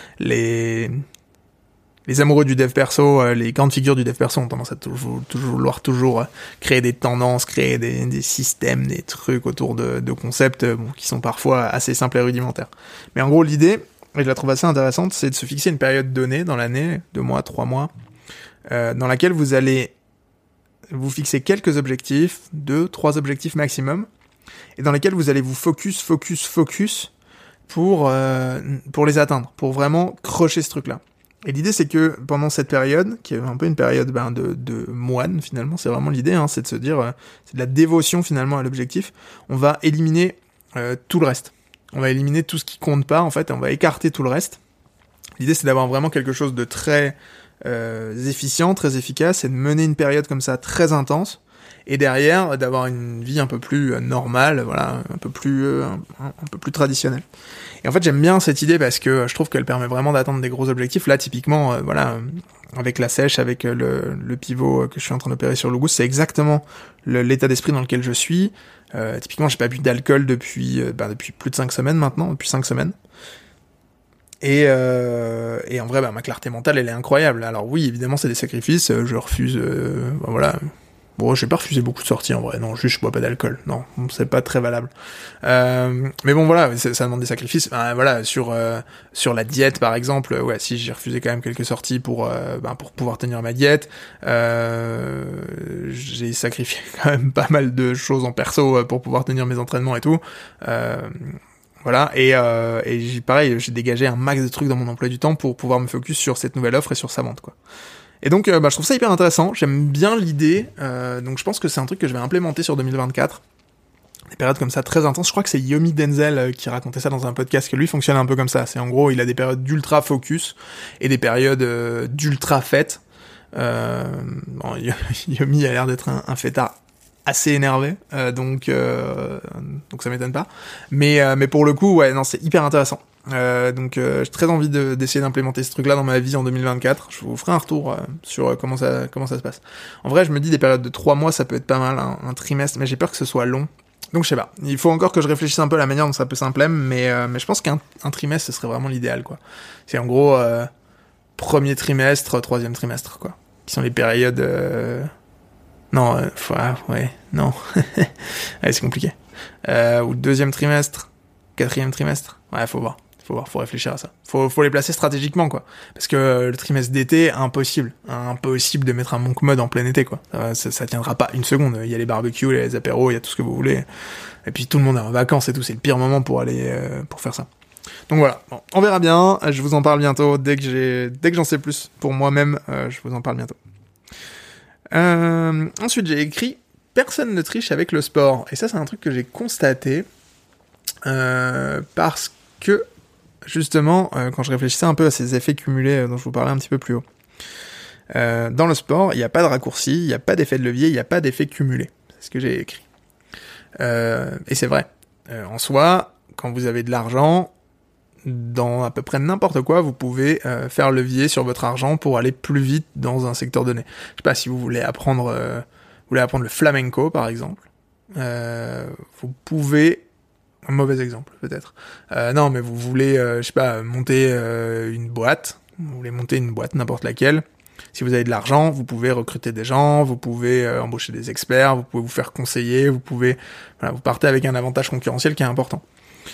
Les amoureux du dev perso, les grandes figures du dev perso ont tendance à vouloir créer des tendances, créer des systèmes, des trucs autour de concepts qui sont parfois assez simples et rudimentaires. Mais en gros, l'idée, et je la trouve assez intéressante, c'est de se fixer une période donnée dans l'année, 2 mois, 3 mois, dans laquelle vous allez vous fixer quelques objectifs, 2, 3 objectifs maximum, et dans lesquels vous allez vous focus pour les atteindre, pour vraiment crocher ce truc-là. Et l'idée c'est que pendant cette période, qui est un peu une période de moine finalement, c'est vraiment l'idée, c'est de se dire, c'est de la dévotion finalement à l'objectif, on va éliminer tout le reste. On va éliminer tout ce qui compte pas en fait, et on va écarter tout le reste. L'idée c'est d'avoir vraiment quelque chose de très efficient, très efficace, et de mener une période comme ça très intense, et derrière d'avoir une vie un peu plus normale, voilà, un peu plus traditionnelle. Et en fait j'aime bien cette idée parce que je trouve qu'elle permet vraiment d'atteindre des gros objectifs. Là typiquement, avec la sèche, avec le pivot que je suis en train d'opérer sur Logos, c'est exactement l'état d'esprit dans lequel je suis. Typiquement j'ai pas bu d'alcool depuis plus de 5 semaines maintenant, depuis 5 semaines. Et en vrai, ma clarté mentale, elle est incroyable. Alors oui, évidemment, c'est des sacrifices. Je refuse, voilà. Bon, j'ai pas refusé beaucoup de sorties en vrai. Non, juste je bois pas d'alcool. Non, c'est pas très valable. Mais bon, voilà, ça demande des sacrifices. Voilà, sur la diète par exemple, ouais, si j'ai refusé quand même quelques sorties pour pouvoir tenir ma diète. J'ai sacrifié quand même pas mal de choses en perso pour pouvoir tenir mes entraînements et tout. Voilà, et j'ai dégagé un max de trucs dans mon emploi du temps pour pouvoir me focus sur cette nouvelle offre et sur sa vente, quoi. Et donc, je trouve ça hyper intéressant, j'aime bien l'idée, donc je pense que c'est un truc que je vais implémenter sur 2024. Des périodes comme ça très intenses, je crois que c'est Yomi Denzel qui racontait ça dans un podcast, que lui fonctionne un peu comme ça, c'est en gros, il a des périodes d'ultra focus et des périodes d'ultra fête. Bon, Yomi a l'air d'être un fêtard assez énervé, donc ça m'étonne pas. Mais pour le coup, ouais, non, c'est hyper intéressant. Donc j'ai très envie d'essayer d'implémenter ce truc-là dans ma vie en 2024. Je vous ferai un retour sur comment ça se passe. En vrai, je me dis des périodes de 3 mois, ça peut être pas mal, un trimestre, mais j'ai peur que ce soit long. Donc je sais pas. Il faut encore que je réfléchisse un peu à la manière dont ça peut s'implémenter, mais je pense qu'un trimestre, ce serait vraiment l'idéal, quoi. C'est en gros premier trimestre, troisième trimestre, quoi. Qui sont les périodes. Non, ouais, non. Ouais, c'est compliqué. Ou deuxième trimestre, quatrième trimestre. Ouais, faut voir, faut réfléchir à ça. Faut les placer stratégiquement, quoi. Parce que le trimestre d'été, impossible de mettre un monk mode en plein été, quoi. Ça tiendra pas une seconde. Il y a les barbecues, il y a les apéros, il y a tout ce que vous voulez. Et puis tout le monde est en vacances et tout. C'est le pire moment pour aller pour faire ça. Donc voilà. Bon, on verra bien. Je vous en parle bientôt dès que j'en sais plus pour moi-même. Je vous en parle bientôt. Ensuite, j'ai écrit personne ne triche avec le sport. Et ça, c'est un truc que j'ai constaté parce que justement, quand je réfléchissais un peu à ces effets cumulés dont je vous parlais un petit peu plus haut, dans le sport, il n'y a pas de raccourci, il n'y a pas d'effet de levier, il n'y a pas d'effet cumulé. C'est ce que j'ai écrit. Et c'est vrai. En soi, quand vous avez de l'argent, dans à peu près n'importe quoi, vous pouvez faire levier sur votre argent pour aller plus vite dans un secteur donné. Je sais pas si vous voulez apprendre le flamenco, par exemple. Vous pouvez... Un mauvais exemple, peut-être. Non, mais vous voulez, je sais pas, monter une boîte. Vous voulez monter une boîte, n'importe laquelle. Si vous avez de l'argent, vous pouvez recruter des gens, vous pouvez embaucher des experts, vous pouvez vous faire conseiller, vous partez avec un avantage concurrentiel qui est important.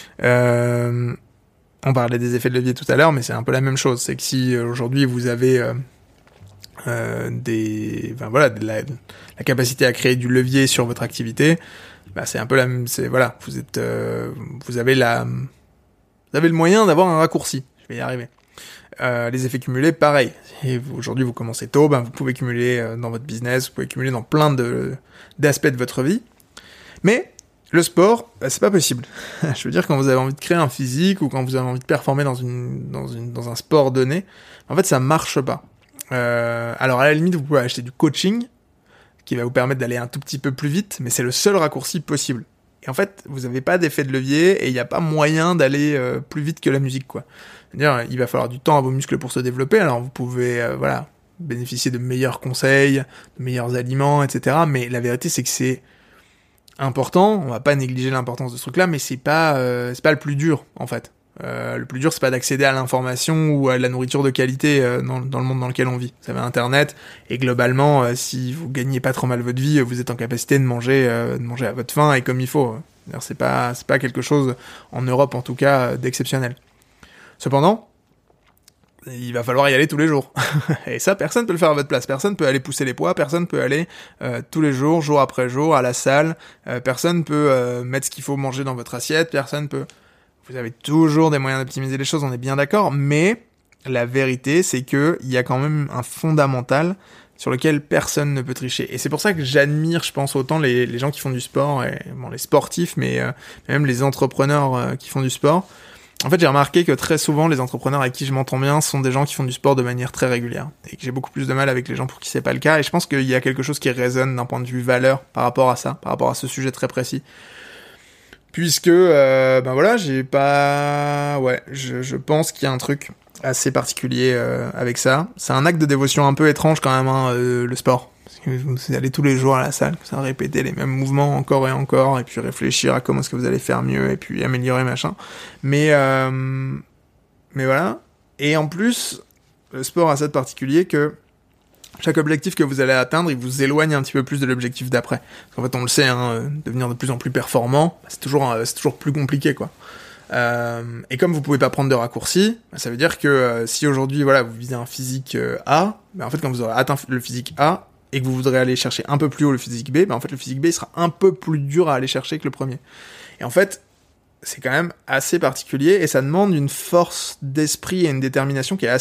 On parlait des effets de levier tout à l'heure, mais c'est un peu la même chose. C'est que si aujourd'hui vous avez la capacité à créer du levier sur votre activité, bah c'est un peu la même. Vous avez le moyen d'avoir un raccourci. Je vais y arriver. Les effets cumulés, pareil. Et aujourd'hui vous commencez tôt, vous pouvez cumuler dans votre business, vous pouvez cumuler dans plein d'aspects de votre vie, mais le sport, c'est pas possible. Je veux dire, quand vous avez envie de créer un physique ou quand vous avez envie de performer dans un sport donné, en fait, ça marche pas. Alors, à la limite, vous pouvez acheter du coaching qui va vous permettre d'aller un tout petit peu plus vite, mais c'est le seul raccourci possible. Et en fait, vous avez pas d'effet de levier et il n'y a pas moyen d'aller plus vite que la musique, quoi. C'est-à-dire, il va falloir du temps à vos muscles pour se développer. Alors, vous pouvez, bénéficier de meilleurs conseils, de meilleurs aliments, etc. Mais la vérité, c'est que c'est important, on va pas négliger l'importance de ce truc-là, mais c'est pas le plus dur, en fait. Le plus dur, c'est pas d'accéder à l'information ou à la nourriture de qualité dans le monde dans lequel on vit. Vous avez Internet, et globalement, si vous gagnez pas trop mal votre vie, vous êtes en capacité de manger à votre faim et comme il faut. C'est pas quelque chose, en Europe en tout cas, d'exceptionnel. Cependant, il va falloir y aller tous les jours. Et ça, personne peut le faire à votre place. Personne peut aller pousser les poids, personne peut aller tous les jours, jour après jour, à la salle. Personne peut mettre ce qu'il faut manger dans votre assiette. Personne peut... Vous avez toujours des moyens d'optimiser les choses, on est bien d'accord, mais la vérité, c'est que il y a quand même un fondamental sur lequel personne ne peut tricher. Et c'est pour ça que j'admire, je pense, autant les gens qui font du sport, et, les sportifs, mais même les entrepreneurs qui font du sport. En fait, j'ai remarqué que très souvent, les entrepreneurs avec qui je m'entends bien sont des gens qui font du sport de manière très régulière. Et que j'ai beaucoup plus de mal avec les gens pour qui c'est pas le cas. Et je pense qu'il y a quelque chose qui résonne d'un point de vue valeur par rapport à ça, par rapport à ce sujet très précis. Puisque, j'ai pas... Ouais, je pense qu'il y a un truc assez particulier avec ça. C'est un acte de dévotion un peu étrange quand même, le sport. Parce que vous allez tous les jours à la salle, ça répéter les mêmes mouvements encore et encore, et puis réfléchir à comment est-ce que vous allez faire mieux, et puis améliorer machin. Mais voilà. Et en plus, le sport a ça de particulier que chaque objectif que vous allez atteindre, il vous éloigne un petit peu plus de l'objectif d'après. Parce qu'en fait, on le sait, devenir de plus en plus performant, c'est toujours plus compliqué, quoi. Et comme vous pouvez pas prendre de raccourcis, ça veut dire que si aujourd'hui, vous visez un physique A, en fait, quand vous aurez atteint le physique A, et que vous voudrez aller chercher un peu plus haut le physique B, en fait, le physique B, il sera un peu plus dur à aller chercher que le premier. Et en fait, c'est quand même assez particulier, et ça demande une force d'esprit et une détermination qui est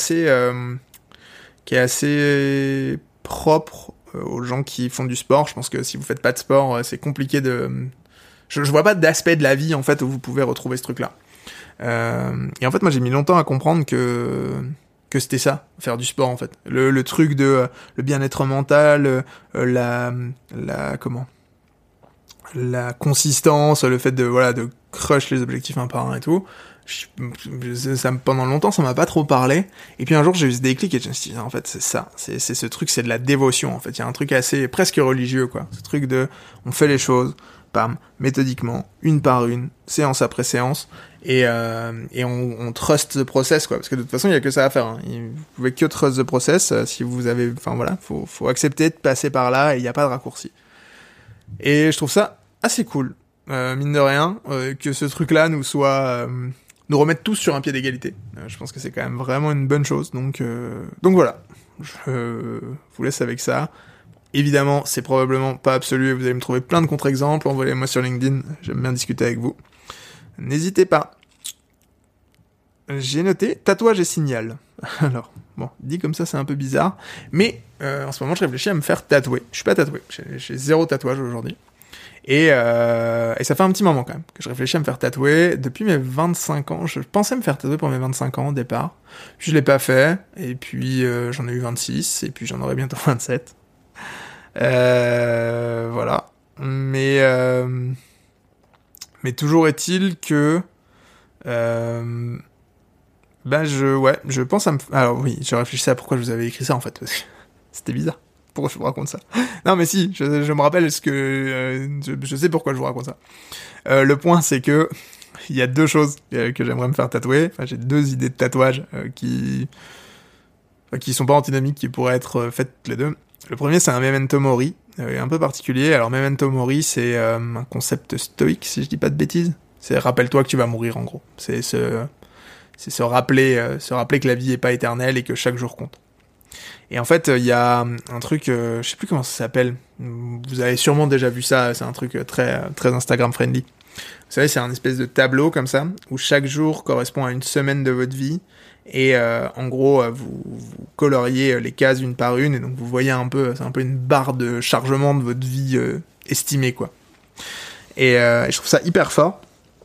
assez propre aux gens qui font du sport. Je pense que si vous faites pas de sport, c'est compliqué de... Je vois pas d'aspect de la vie, en fait, où vous pouvez retrouver ce truc-là. Et en fait, moi, j'ai mis longtemps à comprendre que que c'était ça, faire du sport en fait. Le truc de le bien-être mental, la consistance, le fait de crush les objectifs un par un et tout. Pendant longtemps, ça m'a pas trop parlé. Et puis un jour, j'ai eu ce déclic et je me suis dit, en fait, c'est ça. C'est ce truc, c'est de la dévotion, en fait. Il y a un truc assez, presque religieux, quoi. Ce truc on fait les choses, bam, méthodiquement, une par une, séance après séance, et on trust the process, quoi. Parce que de toute façon, il y a que ça à faire, hein. Vous pouvez que trust the process, si vous avez, faut accepter de passer par là et il n'y a pas de raccourci. Et je trouve ça assez cool, mine de rien, que ce truc-là nous remettre tous sur un pied d'égalité. Je pense que c'est quand même vraiment une bonne chose. Donc voilà. Je vous laisse avec ça. Évidemment, c'est probablement pas absolu et vous allez me trouver plein de contre-exemples. Envoyez-moi sur LinkedIn. J'aime bien discuter avec vous. N'hésitez pas. J'ai noté tatouage et signal. Alors, bon, dit comme ça, c'est un peu bizarre. Mais en ce moment, je réfléchis à me faire tatouer. Je suis pas tatoué. J'ai 0 tatouage aujourd'hui. Et ça fait un petit moment quand même que je réfléchis à me faire tatouer depuis mes 25 ans. Je pensais me faire tatouer pour mes 25 ans au départ. Puis je l'ai pas fait. Et puis j'en ai eu 26. Et puis j'en aurai bientôt 27. Voilà. Mais toujours est-il que je pense à me... Alors oui, je réfléchissais à pourquoi je vous avais écrit ça en fait. Parce que c'était bizarre. Pourquoi je vous raconte ça? Non mais si, je me rappelle ce que... je sais pourquoi je vous raconte ça. Le point c'est que il y a 2 choses que j'aimerais me faire tatouer. Enfin, j'ai 2 idées de tatouage qui sont pas antinomiques, qui pourraient être faites les 2. Le premier c'est un memento mori, un peu particulier. Alors memento mori c'est un concept stoïque si je dis pas de bêtises. C'est rappelle-toi que tu vas mourir en gros. C'est se rappeler que la vie est pas éternelle et que chaque jour compte. Et en fait, il y a un truc, je sais plus comment ça s'appelle. Vous avez sûrement déjà vu ça. C'est un truc très très Instagram friendly. Vous savez, c'est un espèce de tableau comme ça où chaque jour correspond à une semaine de votre vie. Et en gros, vous coloriez les cases une par une et donc vous voyez c'est un peu une barre de chargement de votre vie estimée quoi. Et je trouve ça hyper fort.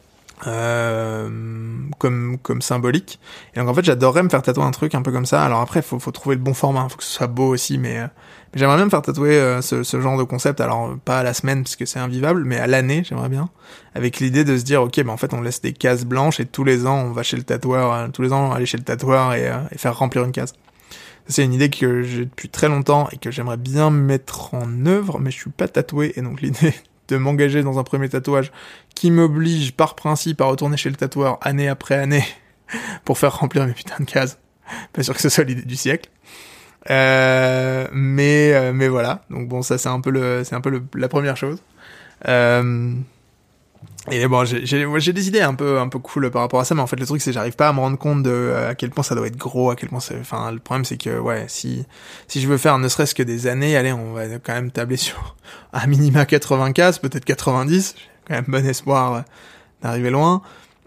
Comme symbolique. Et donc en fait j'adorerais me faire tatouer un truc un peu comme ça. Alors après faut trouver le bon format, faut que ce soit beau aussi, mais j'aimerais bien me faire tatouer ce genre de concept. Alors pas à la semaine parce que c'est invivable, mais à l'année j'aimerais bien, avec l'idée de se dire ok en fait on laisse des cases blanches et tous les ans on va chez le tatoueur, tous les ans aller chez le tatoueur et faire remplir une case. C'est une idée que j'ai depuis très longtemps et que j'aimerais bien mettre en œuvre, mais je suis pas tatoué et donc l'idée de m'engager dans un premier tatouage qui m'oblige par principe à retourner chez le tatoueur année après année pour faire remplir mes putains de cases. Pas sûr que ce soit l'idée du siècle. Mais voilà. Donc bon, ça c'est un peu la première chose. Et bon, j'ai des idées un peu cool par rapport à ça, mais en fait le truc c'est que j'arrive pas à me rendre compte de à quel point ça doit être gros, à quel point le problème c'est que si je veux faire ne serait-ce que des années, allez, on va quand même tabler sur à minima 80 cases, peut-être 90, j'ai quand même bon espoir d'arriver loin.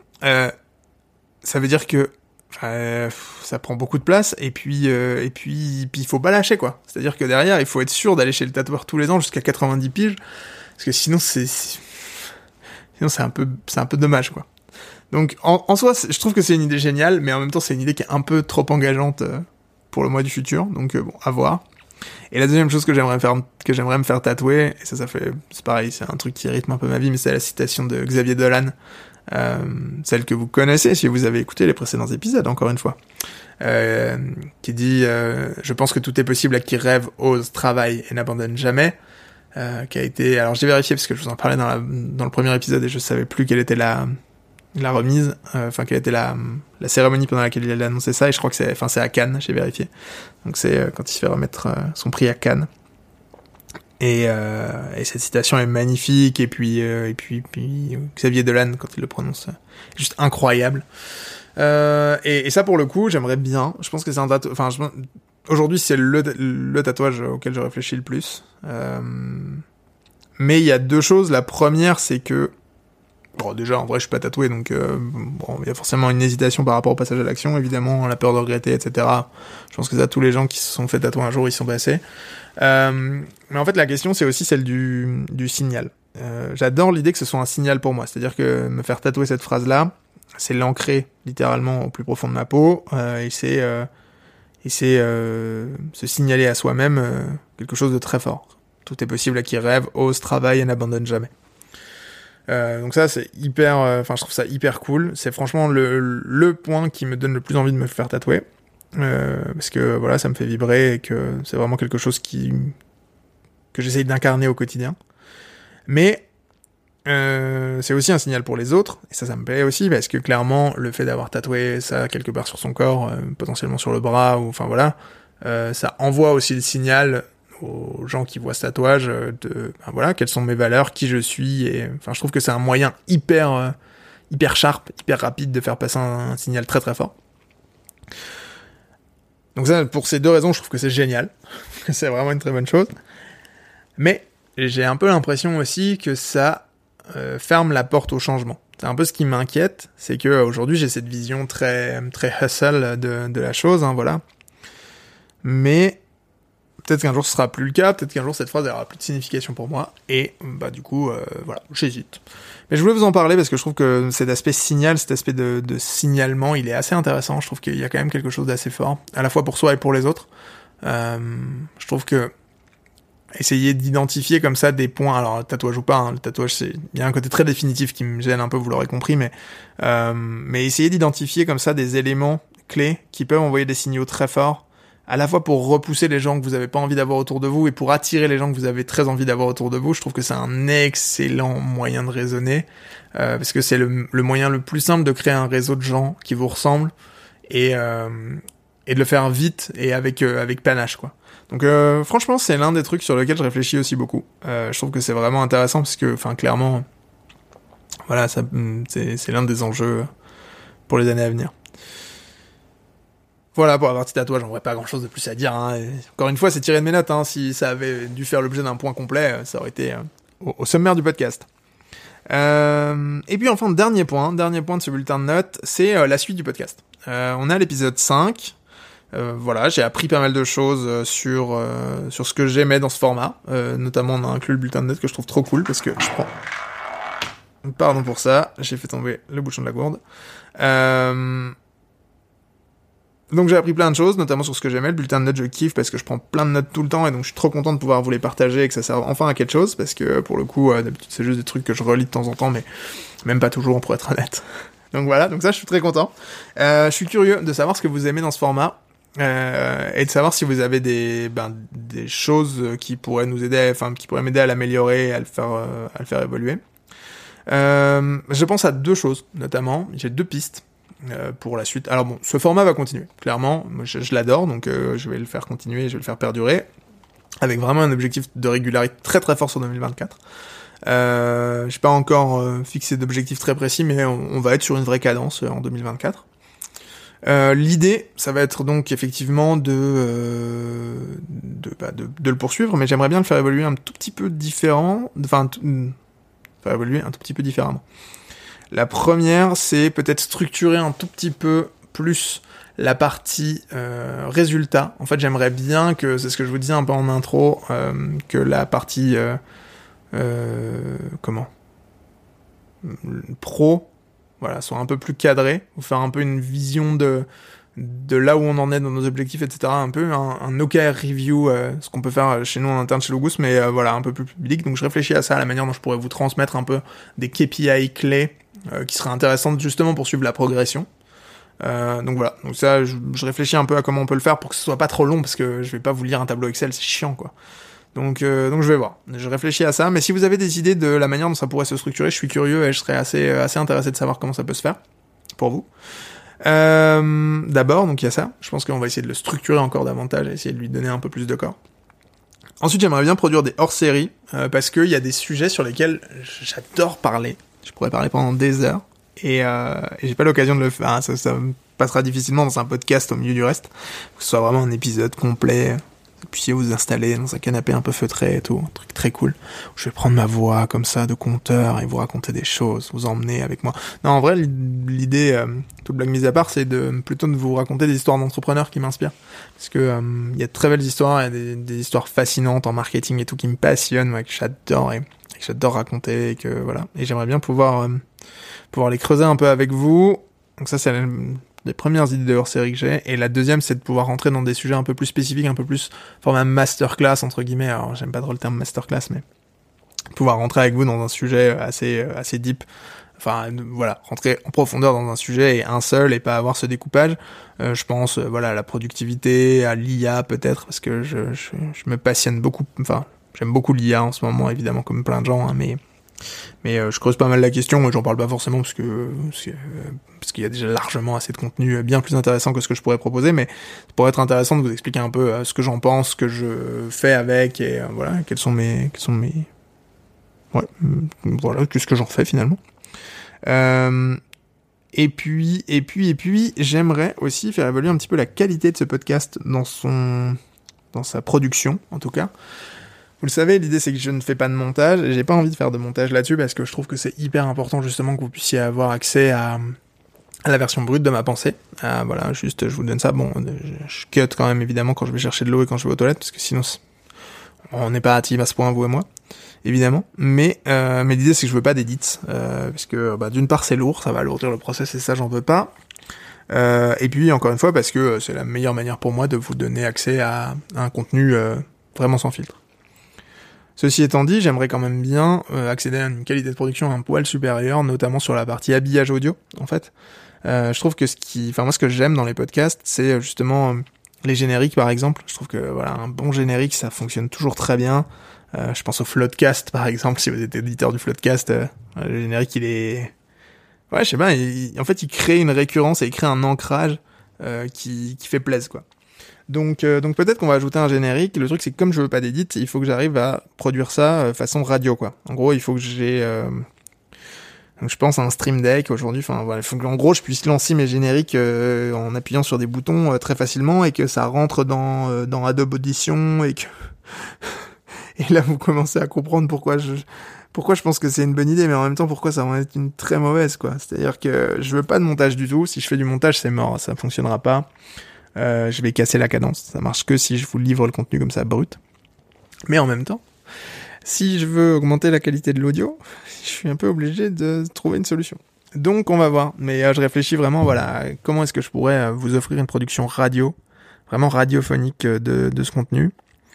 Ça veut dire que ça prend beaucoup de place et puis il faut pas lâcher quoi. C'est-à-dire que derrière, il faut être sûr d'aller chez le tatoueur tous les ans jusqu'à 90 piges parce que sinon c'est un peu dommage, quoi. Donc, en soi, je trouve que c'est une idée géniale, mais en même temps, c'est une idée qui est un peu trop engageante pour le mois du futur. Donc, bon, à voir. Et la deuxième chose que j'aimerais me faire tatouer, et c'est pareil, c'est un truc qui rythme un peu ma vie, mais c'est la citation de Xavier Dolan, celle que vous connaissez si vous avez écouté les précédents épisodes, encore une fois, qui dit je pense que tout est possible à qui rêve, ose, travaille et n'abandonne jamais. Qui a été... Alors j'ai vérifié parce que je vous en parlais dans le premier épisode et je savais plus quelle était la remise, quelle était la cérémonie pendant laquelle il a annoncé ça, et je crois que c'est à Cannes, j'ai vérifié. Donc c'est quand il se fait remettre son prix à Cannes. Et cette citation est magnifique, et puis Xavier Dolan, quand il le prononce, juste incroyable. Et ça pour le coup, j'aimerais bien, je pense que c'est un tatouage, aujourd'hui, c'est le tatouage auquel je réfléchis le plus. Mais il y a 2 choses. La première, c'est que... Bon, déjà, en vrai, je suis pas tatoué, donc... il y a forcément une hésitation par rapport au passage à l'action, évidemment, la peur de regretter, etc. Je pense que ça, tous les gens qui se sont fait tatouer un jour, ils sont passés. Mais en fait, la question, c'est aussi celle du signal. J'adore l'idée que ce soit un signal pour moi. C'est-à-dire que me faire tatouer cette phrase-là, c'est l'ancrer, littéralement, au plus profond de ma peau, et c'est... c'est se signaler à soi-même quelque chose de très fort. Tout est possible à qui rêve, ose, travaille et n'abandonne jamais. Donc ça c'est hyper, je trouve ça hyper cool. C'est franchement le point qui me donne le plus envie de me faire tatouer, parce que voilà, ça me fait vibrer et que c'est vraiment quelque chose que j'essaye d'incarner au quotidien. Mais c'est aussi un signal pour les autres, et ça me plaît aussi, parce que clairement, le fait d'avoir tatoué ça quelque part sur son corps, potentiellement sur le bras, ou enfin voilà, ça envoie aussi le signal aux gens qui voient ce tatouage voilà, quelles sont mes valeurs, qui je suis, et enfin je trouve que c'est un moyen hyper sharp, hyper rapide de faire passer un signal très très fort. Donc ça, pour ces deux raisons, je trouve que c'est génial, c'est vraiment une très bonne chose. Mais j'ai un peu l'impression aussi que ça ferme la porte au changement. C'est un peu ce qui m'inquiète, c'est que aujourd'hui j'ai cette vision très très hustle de la chose, hein, voilà. Mais peut-être qu'un jour ce sera plus le cas, peut-être qu'un jour cette phrase aura plus de signification pour moi, et bah du coup, voilà, j'hésite. Mais je voulais vous en parler parce que je trouve que cet aspect signal, cet aspect de signalement, il est assez intéressant. Je trouve qu'il y a quand même quelque chose d'assez fort, à la fois pour soi et pour les autres. Je trouve que essayer d'identifier comme ça des points, alors tatouage ou pas, hein, le tatouage il y a un côté très définitif qui me gêne un peu, vous l'aurez compris, mais essayer d'identifier comme ça des éléments clés qui peuvent envoyer des signaux très forts, à la fois pour repousser les gens que vous avez pas envie d'avoir autour de vous et pour attirer les gens que vous avez très envie d'avoir autour de vous. Je trouve que c'est un excellent moyen de raisonner, parce que c'est le moyen le plus simple de créer un réseau de gens qui vous ressemblent et de le faire vite et avec panache, quoi. Donc franchement, c'est l'un des trucs sur lesquels je réfléchis aussi beaucoup. Je trouve que c'est vraiment intéressant parce que, enfin, clairement, voilà, c'est l'un des enjeux pour les années à venir. Voilà, pour la partie tatouage, j'en aurais pas grand chose de plus à dire, hein. Encore une fois, c'est tiré de mes notes, hein. Si ça avait dû faire l'objet d'un point complet, ça aurait été au sommaire du podcast. Et puis enfin, dernier point de ce bulletin de notes, c'est la suite du podcast. On est à l'épisode 5. Voilà, j'ai appris pas mal de choses sur ce que j'aimais dans ce format. Notamment, on a inclus le bulletin de notes que je trouve trop cool parce que je prends... Pardon pour ça, j'ai fait tomber le bouchon de la gourde. Donc j'ai appris plein de choses, notamment sur ce que j'aimais. Le bulletin de notes, je kiffe parce que je prends plein de notes tout le temps et donc je suis trop content de pouvoir vous les partager et que ça serve enfin à quelque chose, parce que pour le coup, d'habitude c'est juste des trucs que je relis de temps en temps, mais même pas toujours pour être honnête. Donc voilà, donc ça je suis très content. Je suis curieux de savoir ce que vous aimez dans ce format. Et de savoir si vous avez des choses qui pourraient nous aider, qui pourraient m'aider à l'améliorer, à le faire évoluer. Je pense à deux choses, notamment. J'ai deux pistes pour la suite. Alors bon, ce format va continuer, clairement. Moi, je l'adore, donc je vais le faire continuer, je vais le faire perdurer, avec vraiment un objectif de régularité très très fort sur 2024. J'ai pas encore fixé d'objectif très précis, mais on va être sur une vraie cadence en 2024. L'idée, ça va être donc effectivement de le poursuivre, mais j'aimerais bien le faire évoluer un tout petit peu différemment. La première, c'est peut-être structurer un tout petit peu plus la partie résultat. En fait, j'aimerais bien que, c'est ce que je vous disais un peu en intro, que la partie pro, voilà, soit un peu plus cadré, vous faire un peu une vision de là où on en est dans nos objectifs, etc. Un peu un OKR review, ce qu'on peut faire chez nous en interne chez Logus, mais voilà, un peu plus public. Donc je réfléchis à ça, à la manière dont je pourrais vous transmettre un peu des KPI clés qui seraient intéressantes justement pour suivre la progression. Donc voilà, donc ça, je réfléchis un peu à comment on peut le faire pour que ce soit pas trop long, parce que je vais pas vous lire un tableau Excel, c'est chiant, quoi. Donc je vais voir. Je réfléchis à ça, mais si vous avez des idées de la manière dont ça pourrait se structurer, je suis curieux et je serais assez intéressé de savoir comment ça peut se faire pour vous. D'abord, donc il y a ça. Je pense qu'on va essayer de le structurer encore davantage, essayer de lui donner un peu plus de corps. Ensuite, j'aimerais bien produire des hors-séries parce qu'il y a des sujets sur lesquels j'adore parler. Je pourrais parler pendant des heures et j'ai pas l'occasion de le faire. Ça passera difficilement dans un podcast au milieu du reste. Faut que ce soit vraiment un épisode complet. Vous puissiez vous installer dans un canapé un peu feutré et tout, un truc très cool. Je vais prendre ma voix comme ça de conteur et vous raconter des choses, vous emmener avec moi. Non, en vrai, l'idée, toute blague mise à part, c'est plutôt de vous raconter des histoires d'entrepreneurs qui m'inspirent. Parce que il y a de très belles histoires, il y a des histoires fascinantes en marketing et tout qui me passionnent, moi, que j'adore et que j'adore raconter et que voilà. Et j'aimerais bien pouvoir les creuser un peu avec vous. Donc ça, c'est des premières idées de hors-série que j'ai. Et la deuxième, c'est de pouvoir rentrer dans des sujets un peu plus spécifiques, un peu plus format masterclass, entre guillemets. Alors, j'aime pas trop le terme masterclass, mais pouvoir rentrer avec vous dans un sujet assez deep. Enfin, voilà, rentrer en profondeur dans un sujet et un seul et pas avoir ce découpage. Je pense, voilà, à la productivité, à l'IA peut-être, parce que je me passionne beaucoup, enfin, j'aime beaucoup l'IA en ce moment, évidemment, comme plein de gens, hein, mais je creuse pas mal la question et j'en parle pas forcément parce qu'il y a déjà largement assez de contenu bien plus intéressant que ce que je pourrais proposer, mais ça pourrait être intéressant de vous expliquer un peu ce que j'en pense, ce que je fais avec et voilà, quels sont mes ouais, voilà, qu'est-ce que j'en fais finalement. Et puis, j'aimerais aussi faire évoluer un petit peu la qualité de ce podcast dans sa production, en tout cas. Vous le savez, l'idée c'est que je ne fais pas de montage, et j'ai pas envie de faire de montage là-dessus parce que je trouve que c'est hyper important justement que vous puissiez avoir accès à la version brute de ma pensée. Voilà, juste, je vous donne ça. Bon, je cut quand même évidemment quand je vais chercher de l'eau et quand je vais aux toilettes, parce que sinon, on n'est pas intimes à ce point, vous et moi. Évidemment, mais l'idée c'est que je veux pas d'édits, parce que d'une part c'est lourd, ça va alourdir le process et ça j'en veux pas, et puis encore une fois parce que c'est la meilleure manière pour moi de vous donner accès à un contenu vraiment sans filtre. Ceci étant dit, j'aimerais quand même bien accéder à une qualité de production un poil supérieure, notamment sur la partie habillage audio, en fait. Je trouve que moi ce que j'aime dans les podcasts, c'est justement les génériques par exemple. Je trouve que voilà, un bon générique ça fonctionne toujours très bien. Je pense au Floodcast, par exemple, si vous êtes éditeur du Floodcast, le générique, il est... Ouais, je sais pas, en fait, il crée une récurrence et il crée un ancrage qui fait plaisir, quoi. Donc peut-être qu'on va ajouter un générique. Le truc, c'est que comme je veux pas d'édit, il faut que j'arrive à produire ça façon radio, quoi. En gros, il faut que j'ai... Donc je pense à un Stream Deck aujourd'hui, enfin voilà, il faut qu'en gros je puisse lancer mes génériques en appuyant sur des boutons très facilement et que ça rentre dans Adobe Audition et que... Et là, vous commencez à comprendre pourquoi je pense que c'est une bonne idée, mais en même temps, pourquoi ça va être une très mauvaise, quoi. C'est-à-dire que je veux pas de montage du tout. Si je fais du montage, c'est mort, ça fonctionnera pas. Je vais casser la cadence. Ça marche que si je vous livre le contenu comme ça, brut. Mais en même temps, si je veux augmenter la qualité de l'audio, je suis un peu obligé de trouver une solution. Donc, on va voir. Mais je réfléchis vraiment, voilà, comment est-ce que je pourrais vous offrir une production radio, vraiment radiophonique de ce contenu.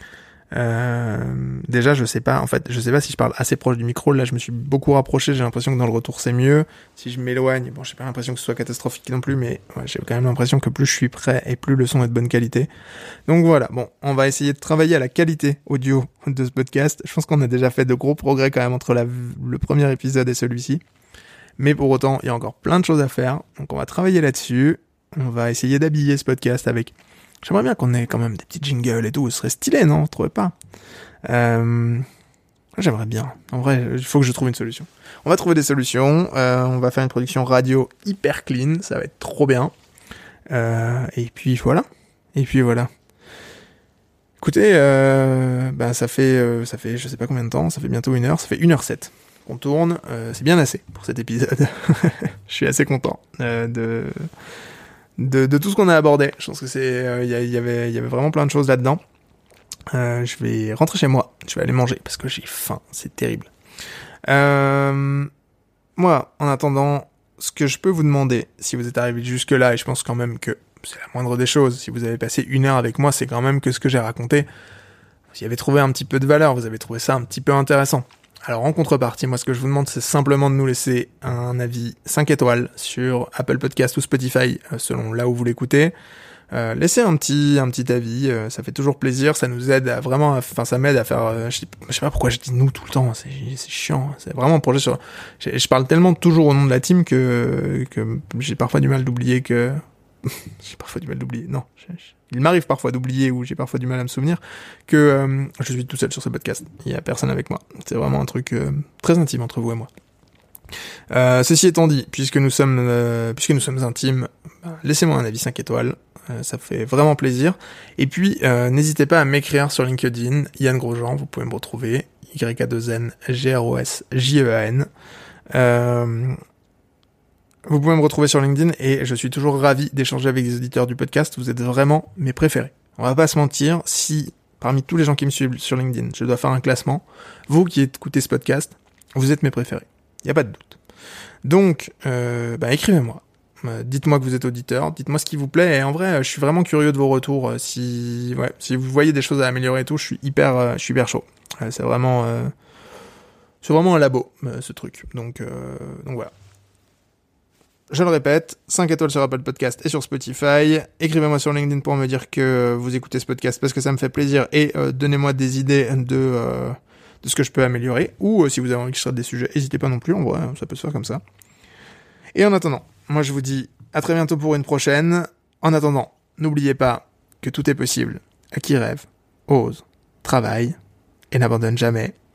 Déjà je sais pas si je parle assez proche du micro. Là je me suis beaucoup rapproché, j'ai l'impression que dans le retour c'est mieux. Si je m'éloigne, bon j'ai pas l'impression que ce soit catastrophique non plus, mais ouais, j'ai quand même l'impression que plus je suis prêt et plus le son est de bonne qualité. Donc voilà, bon, on va essayer de travailler à la qualité audio de ce podcast. Je pense qu'on a déjà fait de gros progrès quand même entre le premier épisode et celui-ci, mais pour autant il y a encore plein de choses à faire, donc on va travailler là-dessus. On va essayer d'habiller ce podcast avec... J'aimerais bien qu'on ait quand même des petits jingles et tout, ce serait stylé, non? Vous trouvez pas? J'aimerais bien. En vrai, il faut que je trouve une solution. On va trouver des solutions, on va faire une production radio hyper clean, ça va être trop bien. Et puis voilà. Écoutez, ça fait je sais pas combien de temps, ça fait bientôt 1 heure, ça fait 1h07 qu'on tourne, c'est bien assez pour cet épisode. Je suis assez content de tout ce qu'on a abordé. Je pense que il y avait vraiment plein de choses là-dedans. Je vais rentrer chez moi, je vais aller manger parce que j'ai faim, c'est terrible. Moi, en attendant, ce que je peux vous demander, si vous êtes arrivé jusque là, et je pense quand même que c'est la moindre des choses, si vous avez passé 1 heure avec moi, c'est quand même que ce que j'ai raconté, vous y avez trouvé un petit peu de valeur, vous avez trouvé ça un petit peu intéressant. Alors en contrepartie, moi ce que je vous demande c'est simplement de nous laisser un avis 5 étoiles sur Apple Podcast ou Spotify, selon là où vous l'écoutez. Laissez un petit avis, ça fait toujours plaisir, ça nous aide à vraiment, enfin ça m'aide à faire, je sais pas pourquoi je dis nous tout le temps, c'est chiant, c'est vraiment un projet sur, je parle tellement toujours au nom de la team que j'ai parfois du mal d'oublier que, non, il m'arrive parfois d'oublier ou j'ai parfois du mal à me souvenir que je suis tout seul sur ce podcast, il y a personne avec moi, c'est vraiment un truc très intime entre vous et moi. Ceci étant dit, puisque nous sommes intimes, laissez-moi un avis 5 étoiles, ça fait vraiment plaisir. Et puis n'hésitez pas à m'écrire sur LinkedIn, Yann Grosjean, vous pouvez me retrouver, YA2NGROSJEAN. Vous pouvez me retrouver sur LinkedIn et je suis toujours ravi d'échanger avec des auditeurs du podcast, vous êtes vraiment mes préférés. On va pas se mentir, si parmi tous les gens qui me suivent sur LinkedIn, je dois faire un classement, vous qui écoutez ce podcast, vous êtes mes préférés. Y a pas de doute. Donc, écrivez-moi. Dites-moi que vous êtes auditeur, dites-moi ce qui vous plaît, et en vrai, je suis vraiment curieux de vos retours. Si vous voyez des choses à améliorer et tout, je suis hyper chaud. C'est vraiment un labo, ce truc. Donc voilà. Je le répète, 5 étoiles sur Apple Podcast et sur Spotify. Écrivez-moi sur LinkedIn pour me dire que vous écoutez ce podcast parce que ça me fait plaisir, et donnez-moi des idées de ce que je peux améliorer. Ou si vous avez envie que je traite des sujets, n'hésitez pas non plus, en vrai, ça peut se faire comme ça. Et en attendant, moi je vous dis à très bientôt pour une prochaine. En attendant, n'oubliez pas que tout est possible à qui rêve, ose, travaille et n'abandonne jamais.